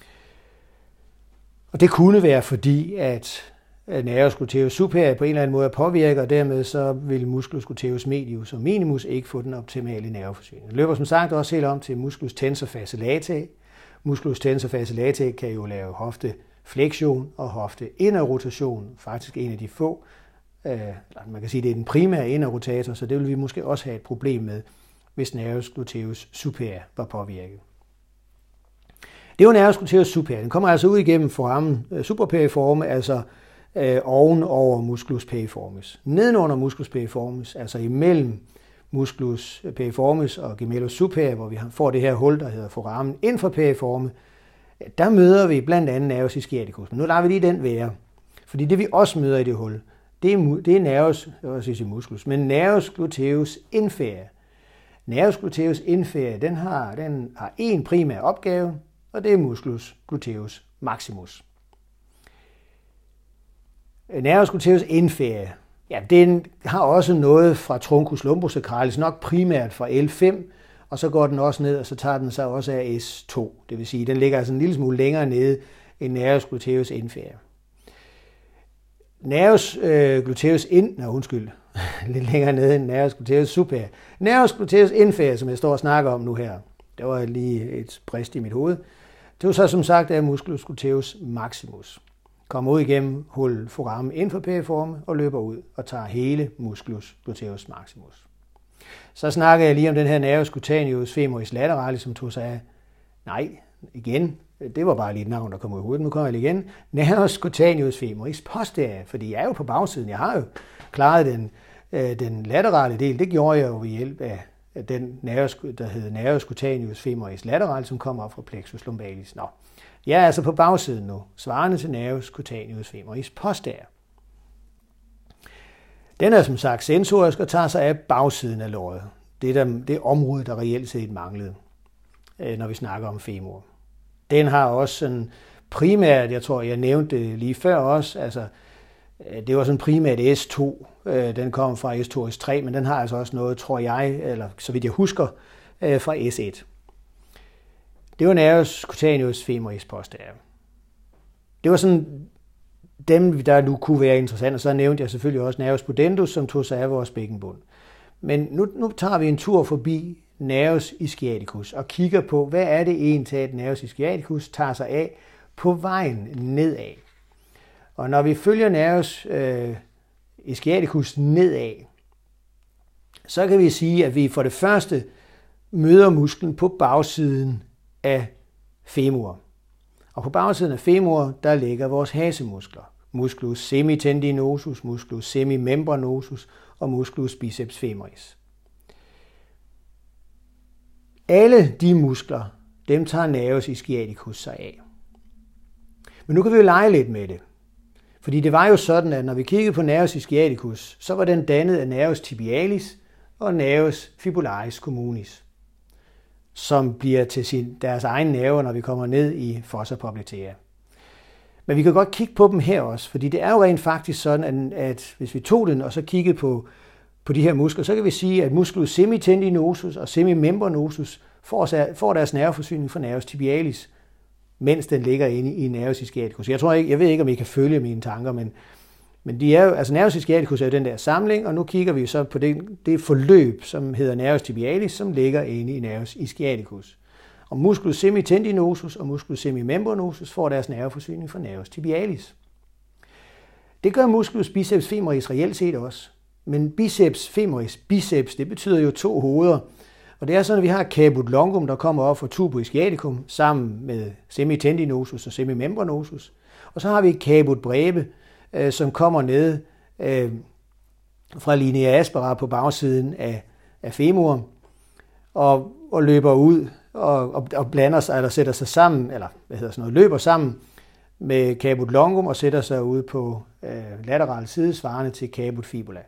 Speaker 1: Og det kunne være fordi, at nervus gluteus superior på en eller anden måde er påvirket, og dermed så vil musculus gluteus medius og minimus ikke få den optimale nerveforsyning. Det løber som sagt også helt om til musculus tensor fasciolatae. Musculus tensor fasciolatae kan jo lave hofteflexion og hofteinderrotation, faktisk en af de få. Man kan sige, at det er den primære inderrotator, så det vil vi måske også have et problem med, hvis nervus gluteus superior var påvirket. Det er jo nervus gluteus superior. Den kommer altså ud igennem foramen suprapiriforme, altså oven over musculus piriformis. Nedenunder musculus piriformis, altså imellem musculus piriformis og gemellus superior, hvor vi får det her hul, der hedder foramen infra piriforme, der møder vi blandt andet nervus ischiaticus. Men nu lader vi lige den være, fordi det vi også møder i det hul, det er nervus, musculus, men nervus gluteus inferior. Nervus gluteus inferior, den har en primær opgave, og det er musculus gluteus maximus. Nervus gluteus inferior, ja, den har også noget fra truncus lumbosacralis, nok primært fra L5, og så går den også ned, og så tager den sig også af S2. Det vil sige, den ligger altså en lille smule længere nede end nervus gluteus inferior. Nervus gluteus lidt længere nede end nervus gluteus superior. Nervus gluteus inferior, som jeg står og snakker om nu her, det var lige et brist i mit hoved. Det var så som sagt af musculus gluteus maximus. Kommer ud igennem hullet foramen infra piriforme og løber ud og tager hele musculus gluteus maximus. Så snakker jeg lige om den her nervus cutaneus femoris lateralis, som tog sig af. Nej, igen, det var bare lige et navn, der kom ud i hovedet. Nu kommer jeg igen. Nervus cutaneus femoris posterior, fordi jeg er jo på bagsiden. Jeg har jo klaret den laterale del. Det gjorde jeg jo ved hjælp af den nervus, der hedder nervus cutaneus femoris lateralis, som kommer op fra plexus lumbalis. Nå, jeg er altså på bagsiden nu, svarende til nervus cutaneus femoris posterior. Den er som sagt sensorisk og tager sig af bagsiden af låret. Det område, der reelt set manglede, når vi snakker om femur. Den har også sådan primært, jeg tror, jeg nævnte det lige før også, altså det var sådan primært S2, den kom fra S2 og S3, men den har altså også noget, tror jeg, eller så vidt jeg husker, fra S1. Det var nervus cutaneus femoris posterior. Det var sådan dem, der nu kunne være interessant, og så nævnte jeg selvfølgelig også nervus pudendus, som tog sig af vores bækkenbund. Men nu tager vi en tur forbi nervus ischiaticus og kigger på, hvad er det egentlig, at nervus ischiaticus tager sig af på vejen nedad. Og når vi følger nervus ischiaticus nedad, så kan vi sige, at vi for det første møder musklen på bagsiden af femur. Og på bagsiden af femur, der ligger vores hasemuskler. Musculus semitendinosus, musculus semimembranosus og musculus biceps femoris. Alle de muskler, dem tager nervus ischiaticus sig af. Men nu kan vi jo lege lidt med det. Fordi det var jo sådan, at når vi kiggede på nervus ischiaticus, så var den dannet af nervus tibialis og nervus fibularis communis, som bliver til deres egen nerver, når vi kommer ned i fossa popliteae. Men vi kan godt kigge på dem her også, fordi det er jo rent faktisk sådan, at hvis vi tog den og så kiggede på de her muskler, så kan vi sige, at musculus semitendinosus og semimembranosus får deres nerveforsyning fra nervus tibialis, mens den ligger inde i nervus ischiaticus. Jeg ved ikke, om I kan følge mine tanker, men de er jo, altså nervus ischiaticus er jo den der samling, og nu kigger vi så på det forløb, som hedder nervus tibialis, som ligger inde i nervus ischiaticus. Og musculus semitendinosus og musculus semimembranosus får deres nerveforsyning fra nervus tibialis. Det gør musculus biceps femoris reelt set også. Men biceps femoris, biceps, det betyder jo to hoveder. Og det er sådan, at vi har caput longum, der kommer op fra tubo ischiaticum, sammen med semitendinosus og semimembranosus. Og så har vi caput breve, som kommer ned fra linea aspera på bagsiden af femur, og løber ud og blander sig, eller sætter sig sammen, eller løber sammen med caput longum og sætter sig ud på lateral side, svarende til caput fibula.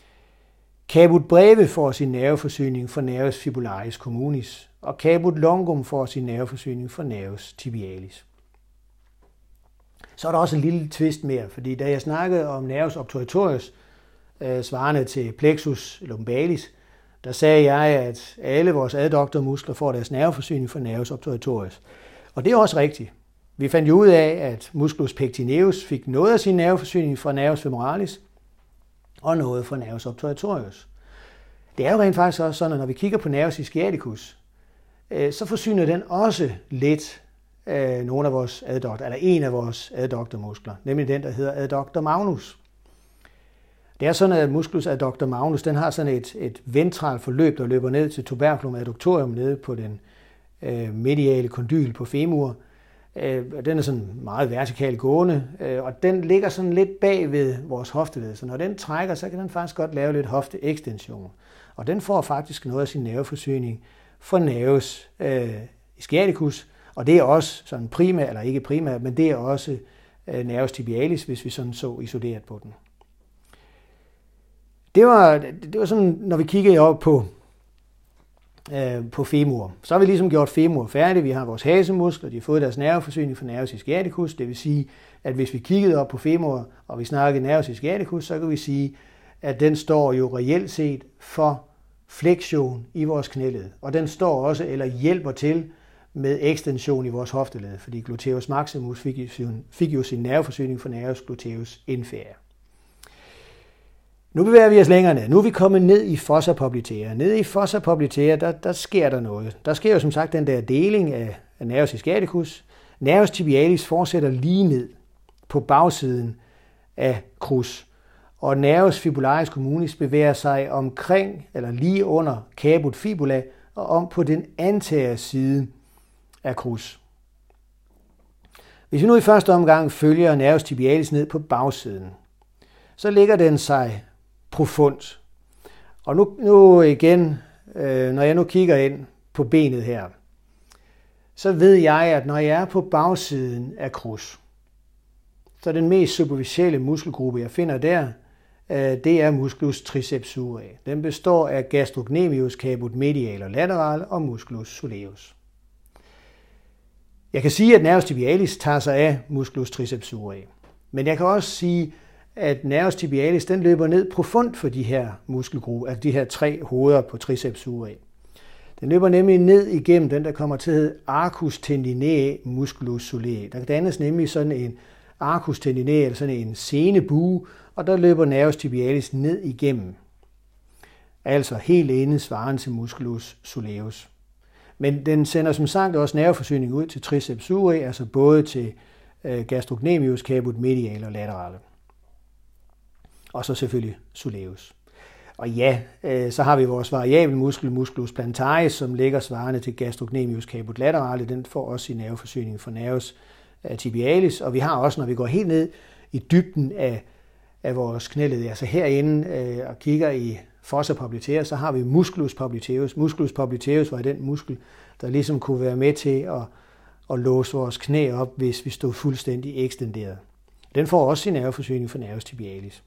Speaker 1: Caput breve får sin nerveforsyning fra nervus fibularis communis, og caput longum får sin nerveforsyning fra nervus tibialis. Så er der også en lille twist mere, fordi da jeg snakkede om nervus obturatorius, svarende til plexus lumbalis, der sagde jeg, at alle vores adduktormuskler får deres nerveforsyning fra nervus obturatorius. Og det er også rigtigt. Vi fandt jo ud af, at musculus pectineus fik noget af sin nerveforsyning fra nervus femoralis, og noget fra nervus obturatorius. Det er jo rent faktisk også sådan, at når vi kigger på nervus ischiaticus, så forsyner den også lidt nogle af vores addukter, eller en af vores adduktormuskler, nemlig den, der hedder adductor magnus. Det er sådan, at musculus adductor magnus, den har sådan et ventralt forløb, der løber ned til tuberculum adductorium nede på den mediale kondyl på femur, Den er sådan meget vertikalt gående, og den ligger sådan lidt bag ved vores hofteled. Så når den trækker, så kan den faktisk godt lave lidt hofteekstension. Og den får faktisk noget af sin nerveforsyning fra nervus ischiaticus, og det er også sådan primært, eller ikke primært, men det er også nervus tibialis, hvis vi sådan så isoleret på den. Det var sådan, når vi kiggede op på femur. Så har vi ligesom gjort femur færdig. Vi har vores hasemuskler, de har fået deres nerveforsyning fra nervus ischiaticus. Det vil sige, at hvis vi kiggede op på femur, og vi snakkede nervus ischiaticus, så kan vi sige, at den står jo reelt set for flektion i vores knæled. Og den står også, eller hjælper til med ekstension i vores hofteled, fordi gluteus maximus fik jo sin nerveforsyning fra nervus gluteus inferior. Nu bevæger vi os længere ned. Nu er vi kommet ned i fossa popliteae. Ned i fossa popliteae, der sker der noget. Der sker jo som sagt den der deling af nervus ischiaticus. Nervus tibialis fortsætter lige ned på bagsiden af crus. Og nervus fibularis communis bevæger sig omkring, eller lige under caput fibula, og om på den anteriore side af crus. Hvis vi nu i første omgang følger nervus tibialis ned på bagsiden, så ligger den sig profundt. Og nu igen, når jeg nu kigger ind på benet her, så ved jeg, at når jeg er på bagsiden af crus, så den mest superficielle muskelgruppe, jeg finder der, det er musculus tricepsurae. Den består af gastrocnemius, caput medial og lateral og musculus soleus. Jeg kan sige, at nervus tibialis tager sig af musculus tricepsurae. Men jeg kan også sige, at nervus tibialis den løber ned profundt for de her muskelgrupper, altså de her 3 hoveder på tricepsurae. Den løber nemlig ned igennem den, der kommer til at hedde arcus tendinei musculus soleae. Der dannes nemlig sådan en arcus tendinei, eller sådan en senebue, og der løber nervus tibialis ned igennem. Altså helt inde svarende til musculus soleus. Men den sender som sagt også nerveforsyning ud til tricepsurae, altså både til gastrocnemius, caput medial og laterale. Og så selvfølgelig soleus. Og ja, så har vi vores variabel muskel, musculus plantaris, som ligger svarende til gastrocnemius, caput laterale. Den får også sin nerveforsyning fra nervus tibialis. Og vi har også, når vi går helt ned i dybden af vores knæled, altså herinde og kigger i fossa popliteus, så har vi musculus popliteus. Musculus popliteus var den muskel, der ligesom kunne være med til at låse vores knæ op, hvis vi stod fuldstændig ekstenderet. Den får også sin nerveforsyning fra nervus tibialis.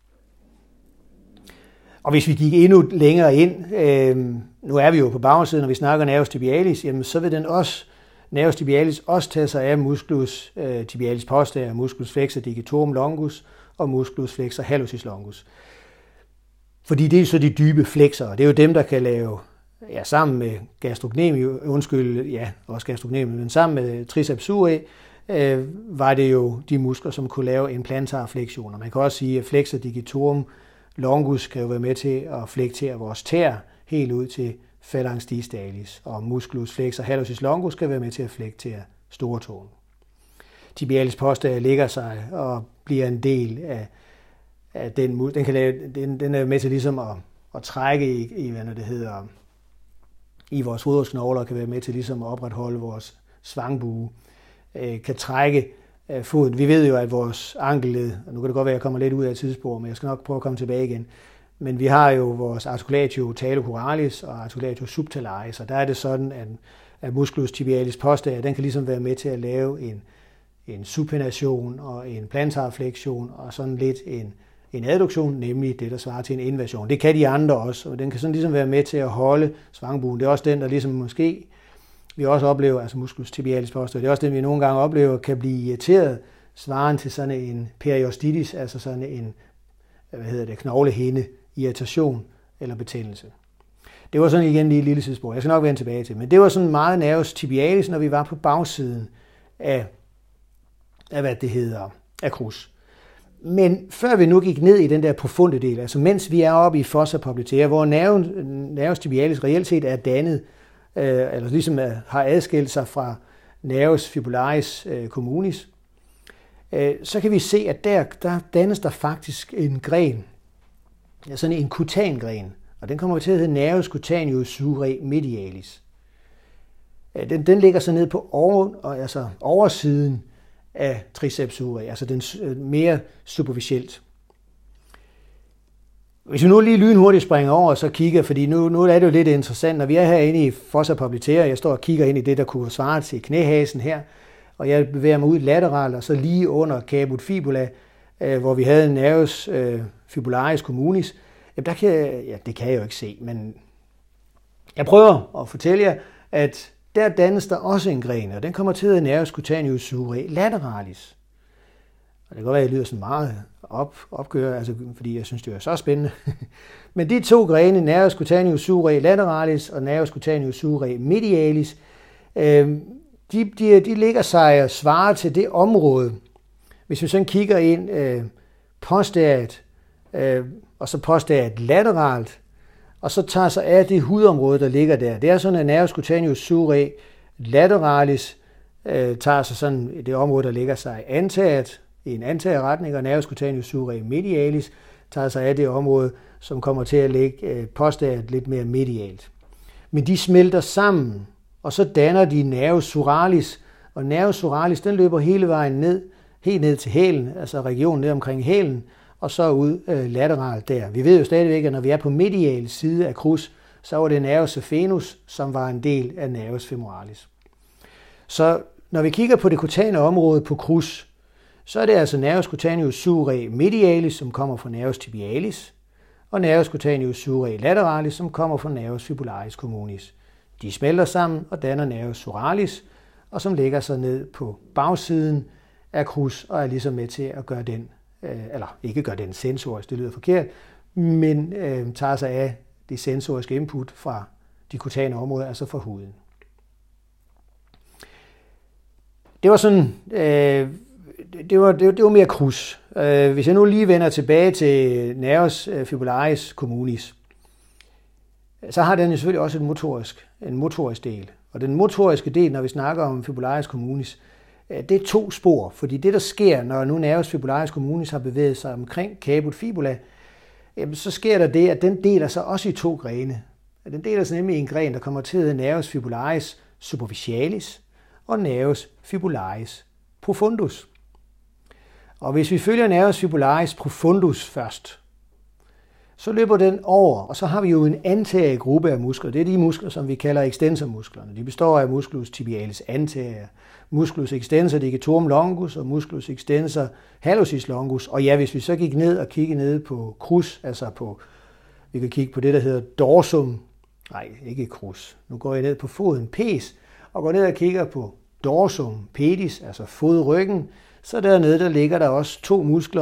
Speaker 1: Og hvis vi gik endnu længere ind, nu er vi jo på bagsiden, når vi snakker nervus tibialis, jamen så vil nervus tibialis også tage sig af musculus tibialis posterior, musculus flexor digitorum longus og musculus flexor hallucis longus. Fordi det er så de dybe flexorer. Det er jo dem, der kan lave, ja, sammen med gastrocnemius, også gastrocnemius, men sammen med tricepsurae, var det jo de muskler, som kunne lave en plantar flektion. Og man kan også sige, at flexor digitorum longus kan jo være med til at flektere vores tær helt ud til phalanx distalis, og musculus flexor hallucis longus kan være med til at flektere stortåen. Tibialis posterior ligger sig og bliver en del af den den er med til ligesom at trække i hvad det hedder, i vores fodrodsknogler, kan være med til ligesom at opretholde vores svangbue, kan trække foden. Vi ved jo, at vores ankelled, og nu kan det godt være, at jeg kommer lidt ud af et tidsspor, men jeg skal nok prøve at komme tilbage igen. Men vi har jo vores articulatio talocoralis og articulatio subtalaris, og der er det sådan, at musculus tibialis posterior, den kan ligesom være med til at lave en supination og en plantarflektion og sådan lidt en adduktion, nemlig det, der svarer til en inversion. Det kan de andre også, og den kan sådan ligesom være med til at holde svangbuen. Det er også den, der ligesom måske vi også oplever, altså musculus tibialis posterior, det er også den, vi nogle gange oplever, kan blive irriteret, svarende til sådan en periostitis, altså sådan en, knoglehinde, irritation eller betændelse. Det var sådan igen lige et lille sidespor. Jeg skal nok vende tilbage til, men det var sådan meget nervus tibialis, når vi var på bagsiden af af crus. Men før vi nu gik ned i den der profunde del, altså mens vi er oppe i fossa popliteae, hvor nervus tibialis reelt set er dannet, eller ligesom har adskilt sig fra nervus fibularis communis, så kan vi se, at der dannes der faktisk en gren, sådan en kutangren, og den kommer til at hedde nervus cutaneus surae medialis. Den ligger så ned på oversiden af triceps surae, altså den mere superficielt. Hvis vi nu lige lynhurtigt springer over og så kigger, fordi nu er det jo lidt interessant, når vi er herinde i fossa popliteae, jeg står og kigger ind i det, der kunne svare til knæhasen her, og jeg bevæger mig ud lateralt, og så lige under caput fibula, hvor vi havde nervus fibularis communis, det kan jeg jo ikke se, men jeg prøver at fortælle jer, at der dannes der også en gren, og den kommer til at hedde nervus cutaneus surae lateralis. Og det kan godt være, at jeg lyder sådan meget opgør, altså, fordi jeg synes, det er så spændende. Men de to grene, nervus cutaneus surae lateralis og nervus cutaneus surae medialis, de ligger sig og svarer til det område. Hvis vi sådan kigger ind posteriort, og så posteriort lateralt, og så tager sig af det hudområde, der ligger der. Det er sådan, at nervus cutaneus surae lateralis tager sig sådan det område, der ligger sig anteriort, i en anterior retning, og nervus cutaneus surae medialis tager sig af det område, som kommer til at ligge posteriort lidt mere medialt. Men de smelter sammen, og så danner de nervus suralis, og nervus suralis, den løber hele vejen helt ned til hælen, altså regionen ned omkring hælen, og så ud lateralt der. Vi ved jo stadigvæk, at når vi er på medial side af crus, så var det nervus saphenus, som var en del af nervus femoralis. Så når vi kigger på det kutane område på crus, så er det altså nervus cutaneus surae medialis, som kommer fra nervus tibialis, og nervus cutaneus surae lateralis, som kommer fra nervus fibularis communis. De smelter sammen og danner nervus suralis, og som lægger sig ned på bagsiden af crus og er ligesom med til at gøre den, eller ikke gøre den sensorisk, det lyder forkert, men tager sig af det sensoriske input fra de kutane områder, altså fra huden. Det var sådan, det var mere crus. Hvis jeg nu lige vender tilbage til nervus fibularis communis, så har den selvfølgelig også en motorisk del. Og den motoriske del, når vi snakker om fibularis communis, det er to spor, fordi det, der sker, når nu nervus fibularis communis har bevæget sig omkring caput fibula, så sker der det, at den deler sig også i to grene. Den deler sig nemlig i en gren, der kommer til at hedde nervus fibularis superficialis og nervus fibularis profundus. Og hvis vi følger nervus fibularis profundus først, så løber den over, og så har vi jo en anterior gruppe af muskler. Det er de muskler, som vi kalder ekstensormusklerne. De består af musculus tibialis anterior, musculus extensor digitorum longus og musculus extensor hallucis longus. Og ja, hvis vi så gik ned og kiggede ned på crus, altså på, vi kan kigge på det, der hedder dorsum, nej, ikke crus, nu går jeg ned på foden pes, og går ned og kigger på dorsum pedis, altså fodryggen, så dernede, der ligger der også to muskler,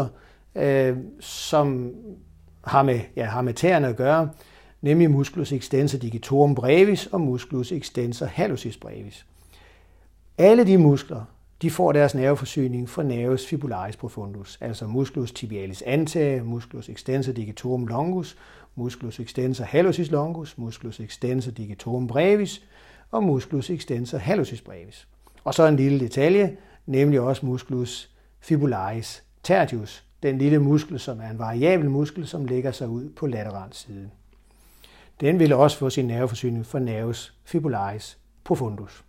Speaker 1: som har med tæerne at gøre, nemlig musculus extensor digitorum brevis og musculus extensor hallucis brevis. Alle de muskler, de får deres nerveforsyning fra nervus fibularis profundus, altså musculus tibialis anterior, musculus extensor digitorum longus, musculus extensor hallucis longus, musculus extensor digitorum brevis og musculus extensor hallucis brevis. Og så en lille detalje, nemlig også musculus fibularis tertius, den lille muskel, som er en variabel muskel, som lægger sig ud på lateral side. Den vil også få sin nerveforsyning fra nervus fibularis profundus.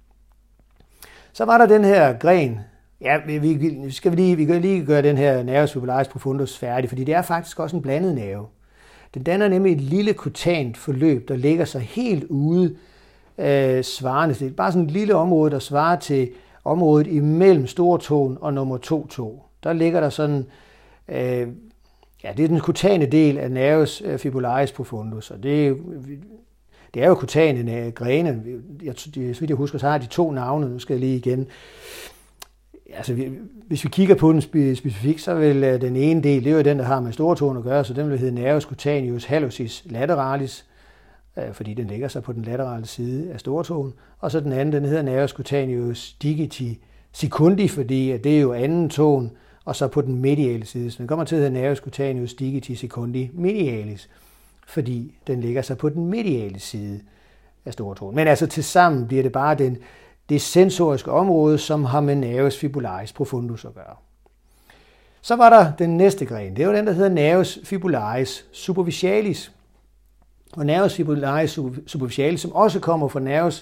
Speaker 1: Så var der den her gren. Ja, vi kan lige gøre den her nervus fibularis profundus færdig, fordi det er faktisk også en blandet nerve. Den danner nemlig et lille kutant forløb, der ligger sig helt ude svarende. Det er bare sådan et lille område, der svarer til området imellem stortåen og nummer 2-tå. Der ligger der sådan, det er den kutane del af nervus fibularis profundus, og det er jo kutane grene. Så vidt jeg husker, så har de to navne. Nu skal jeg lige igen. Altså, hvis vi kigger på den specifikt, så vil den ene del, det er jo den, der har med stortåen at gøre, så den vil hedde nervus cutaneus hallucis lateralis, fordi den ligger sig på den laterale side af stortåen. Og så den anden, den hedder nervus cutaneus digiti secundi, fordi det er jo anden tåen, og så på den mediale side. Så den kommer til at hedde nervus cutaneus digiti secundi medialis, fordi den ligger sig på den mediale side af stortåen. Men altså tilsammen bliver det bare det sensoriske område, som har med nervus fibularis profundus at gøre. Så var der den næste gren. Det var den, der hedder nervus fibularis superficialis. Og nervus fibularis superficialis, som også kommer fra nervus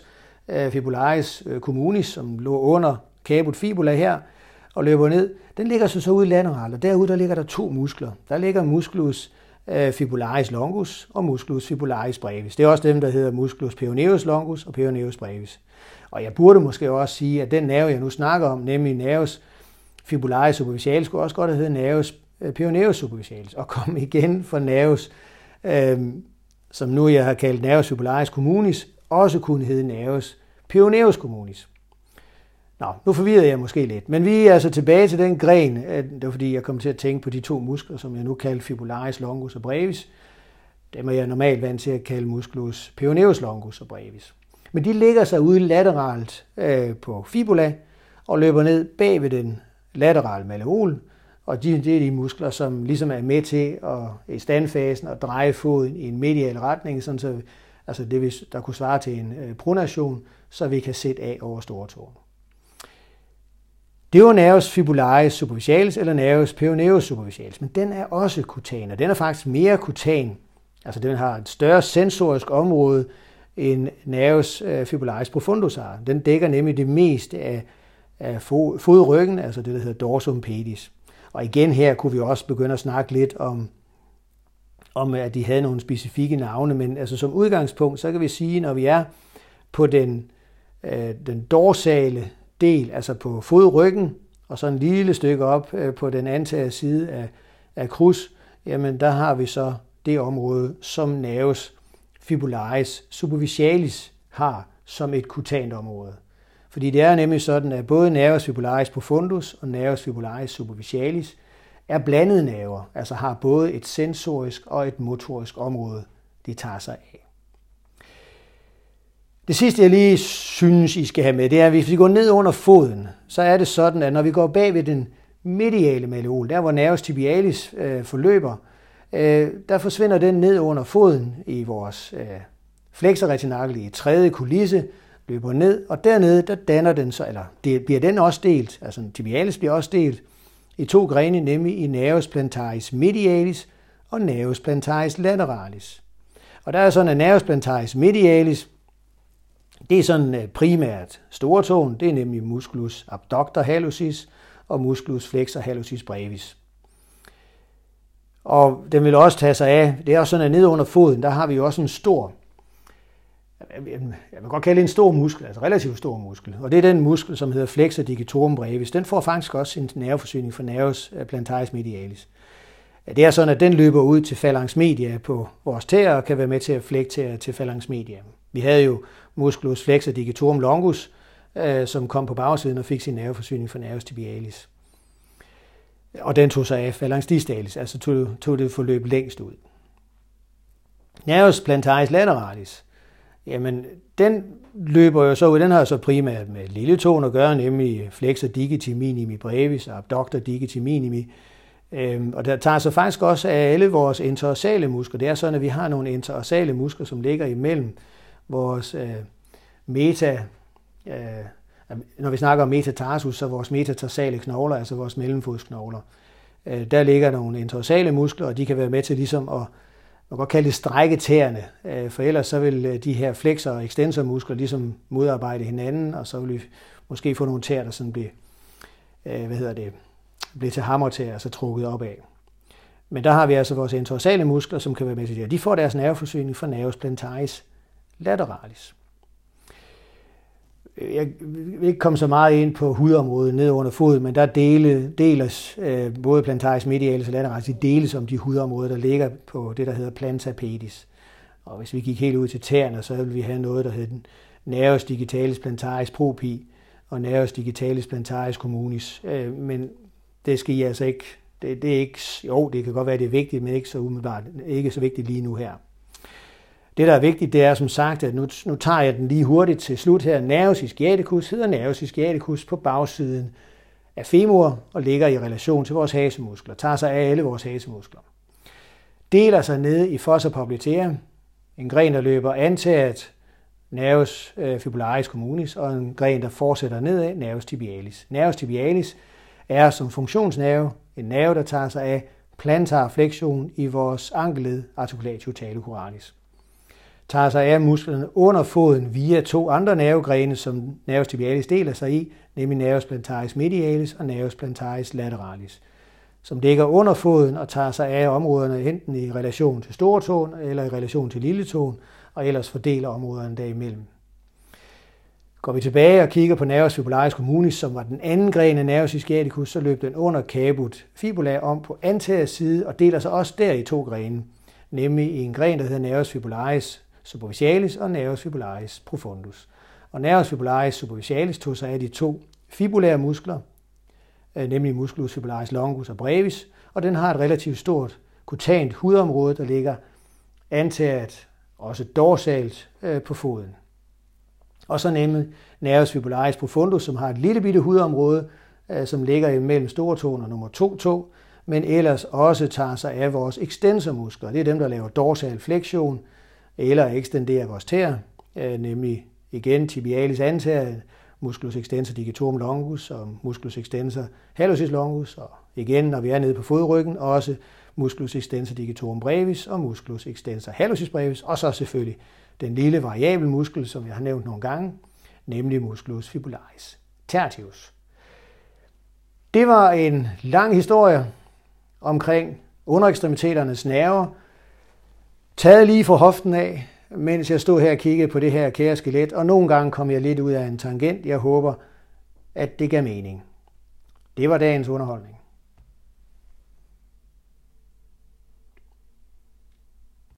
Speaker 1: fibularis communis, som lå under caput fibula her, og løber ned, den ligger så ude lateralt, og derude der ligger der to muskler. Der ligger musculus fibularis longus og musculus fibularis brevis. Det er også dem, der hedder musculus peroneus longus og peroneus brevis. Og jeg burde måske også sige, at den nerve, jeg nu snakker om, nemlig nervus fibularis superficialis, skulle også godt have heddet nervus peroneus superficialis, og komme igen fra nervus, som nu jeg har kaldt nervus fibularis communis, også kunne hedde nervus peroneus communis. Nå, nu forvirrede jeg måske lidt, men vi er altså tilbage til den gren. Det var fordi, jeg kom til at tænke på de to muskler, som jeg nu kalder fibularis longus og brevis. Dem er jeg normalt vant til at kalde musculus peroneus longus og brevis. Men de ligger sig ude lateralt på fibula og løber ned bag ved den laterale malleol. Og det er de muskler, som ligesom er med til i standfasen at dreje foden i en medial retning, sådan så altså det, der kunne svare til en pronation, så vi kan sætte af over stortåen. Det er jo nervus fibularis superficialis eller nervus peroneus superficialis, men den er også kutan, og den er faktisk mere kutan. Altså den har et større sensorisk område end nervus fibularis profundus har. Den dækker nemlig det meste af fodryggen, altså det, der hedder dorsum pedis. Og igen her kunne vi også begynde at snakke lidt om at de havde nogle specifikke navne, men altså som udgangspunkt, så kan vi sige, når vi er på den dorsale del, altså på fodryggen, og så en lille stykke op på den antager side af krus, jamen der har vi så det område, som nervus fibularis superficialis har som et kutant område. Fordi det er nemlig sådan, at både nervus fibularis profundus og nervus fibularis superficialis er blandede nerver, altså har både et sensorisk og et motorisk område, de tager sig af. Det sidste, jeg lige synes, I skal have med, det er, at hvis vi går ned under foden, så er det sådan, at når vi går bag ved den mediale malleol, der hvor nervus tibialis forløber, der forsvinder den ned under foden i vores flexor retinakel i tredje kulisse, løber ned, og dernede, der danner den så, eller bliver den også delt, altså tibialis bliver også delt i to grene, nemlig i nervus plantaris medialis og nervus plantaris lateralis. Og der er sådan, at nervus plantaris medialis, det er sådan primært stortåen, det er nemlig musculus abductor hallucis og musculus flexor hallucis brevis. Og den vil også tage sig af, det er også sådan, at nede under foden, der har vi jo også en stor, jeg vil godt kalde det en stor muskel, altså relativt stor muskel. Og det er den muskel, som hedder flexor digitorum brevis. Den får faktisk også sin nerveforsyning fra nervus plantaris medialis. Det er sådan, at den løber ud til phalanx media på vores tæer og kan være med til at flektere til phalanx media. Vi havde jo musculus flexor digitorum longus, som kom på bagsiden og fik sin nerveforsyning fra nervus tibialis. Og den tog sig af phalanx distalis, altså tog det forløb længst ud. Nervus plantaris lateralis, jamen den løber jo så ud, den har så primært med lille tåen at gøre, nemlig flexor digiti minimi brevis og abductor digiti minimi. Og der tager så faktisk også af alle vores interorsale muskler. Det er sådan, at vi har nogle interorsale muskler, som ligger imellem vores når vi snakker om metatarsus, så vores metatarsale knogler, altså vores mellemfodsknogler. Der ligger nogle interorsale muskler, og de kan være med til ligesom at, man kan godt kalde det strække tæerne, for ellers så vil de her flexor- og extensormuskler ligesom modarbejde hinanden, og så vil vi måske få nogle tæer, der sådan bliver til hammertæer, altså trukket opad. Men der har vi altså vores interorsale muskler, som kan være med til det. De får deres nerveforsyning fra nervus plantaris lateralis. Jeg vil ikke komme så meget ind på hudområdet ned under foden, men der deles både plantaris medialis og lateralis, de deles om de hudområder, der ligger på det, der hedder planta pedis. Og hvis vi gik helt ud til tæerne, så ville vi have noget, der hedder nervus digitalis plantaris propi og nervus digitalis plantaris communis. Men det skal I altså ikke, det er ikke, jo, det kan godt være, det er vigtigt, men ikke så umiddelbart, ikke så vigtigt lige nu her. Det, der er vigtigt, det er som sagt, at nu tager jeg den lige hurtigt til slut her. Nervus ischiaticus hedder nervus ischiaticus på bagsiden af femur og ligger i relation til vores hasemuskler. Tager sig af alle vores hasemuskler. Deler sig ned i fossa popliteum, en gren, der løber antaget nervus fibularis communis, og en gren, der fortsætter nedad, nervus tibialis. Nervus tibialis er som funktionsnerve en nerve, der tager sig af plantar flektion i vores ankelled articulatio talocoralis. tager sig af musklerne under foden via 2 andre nervegrene, som nervus tibialis deler sig i, nemlig nervus plantaris medialis og nervus plantaris lateralis, som ligger under foden og tager sig af områderne enten i relation til stortåen eller i relation til lilletåen, og ellers fordeler områderne derimellem. Går vi tilbage og kigger på nervus fibularis communis, som var den anden gren af nervus ischiaticus, så løb den under caput fibula om på anterior side og deler sig også der i 2 grene, nemlig i en gren, der hedder nervus fibularis superficialis og nervus fibularis profundus. Og nervus fibularis superficialis tog sig af de 2 fibulære muskler, nemlig musculus fibularis longus og brevis, og den har et relativt stort kutant hudområde, der ligger anteriort, også dorsalt på foden. Og så nemlig nervus fibularis profundus, som har et lille bitte hudområde, som ligger imellem stortåen og nummer 2 tå, men ellers også tager sig af vores extensormuskler. Det er dem, der laver dorsal flexion eller ekstenderer vores tæer, nemlig igen tibialis anterior, musculus extensor digitorum longus og musculus extensor hallucis longus, og igen, når vi er nede på fodryggen, også musculus extensor digitorum brevis og musculus extensor hallucis brevis, og så selvfølgelig den lille variabel muskel, som jeg har nævnt nogle gange, nemlig musculus fibularis tertius. Det var en lang historie omkring underekstremiteternes nerver, taget lige fra hoften af, mens jeg stod her og kiggede på det her kære skelet, og nogle gange kom jeg lidt ud af en tangent. Jeg håber, at det gav mening. Det var dagens underholdning.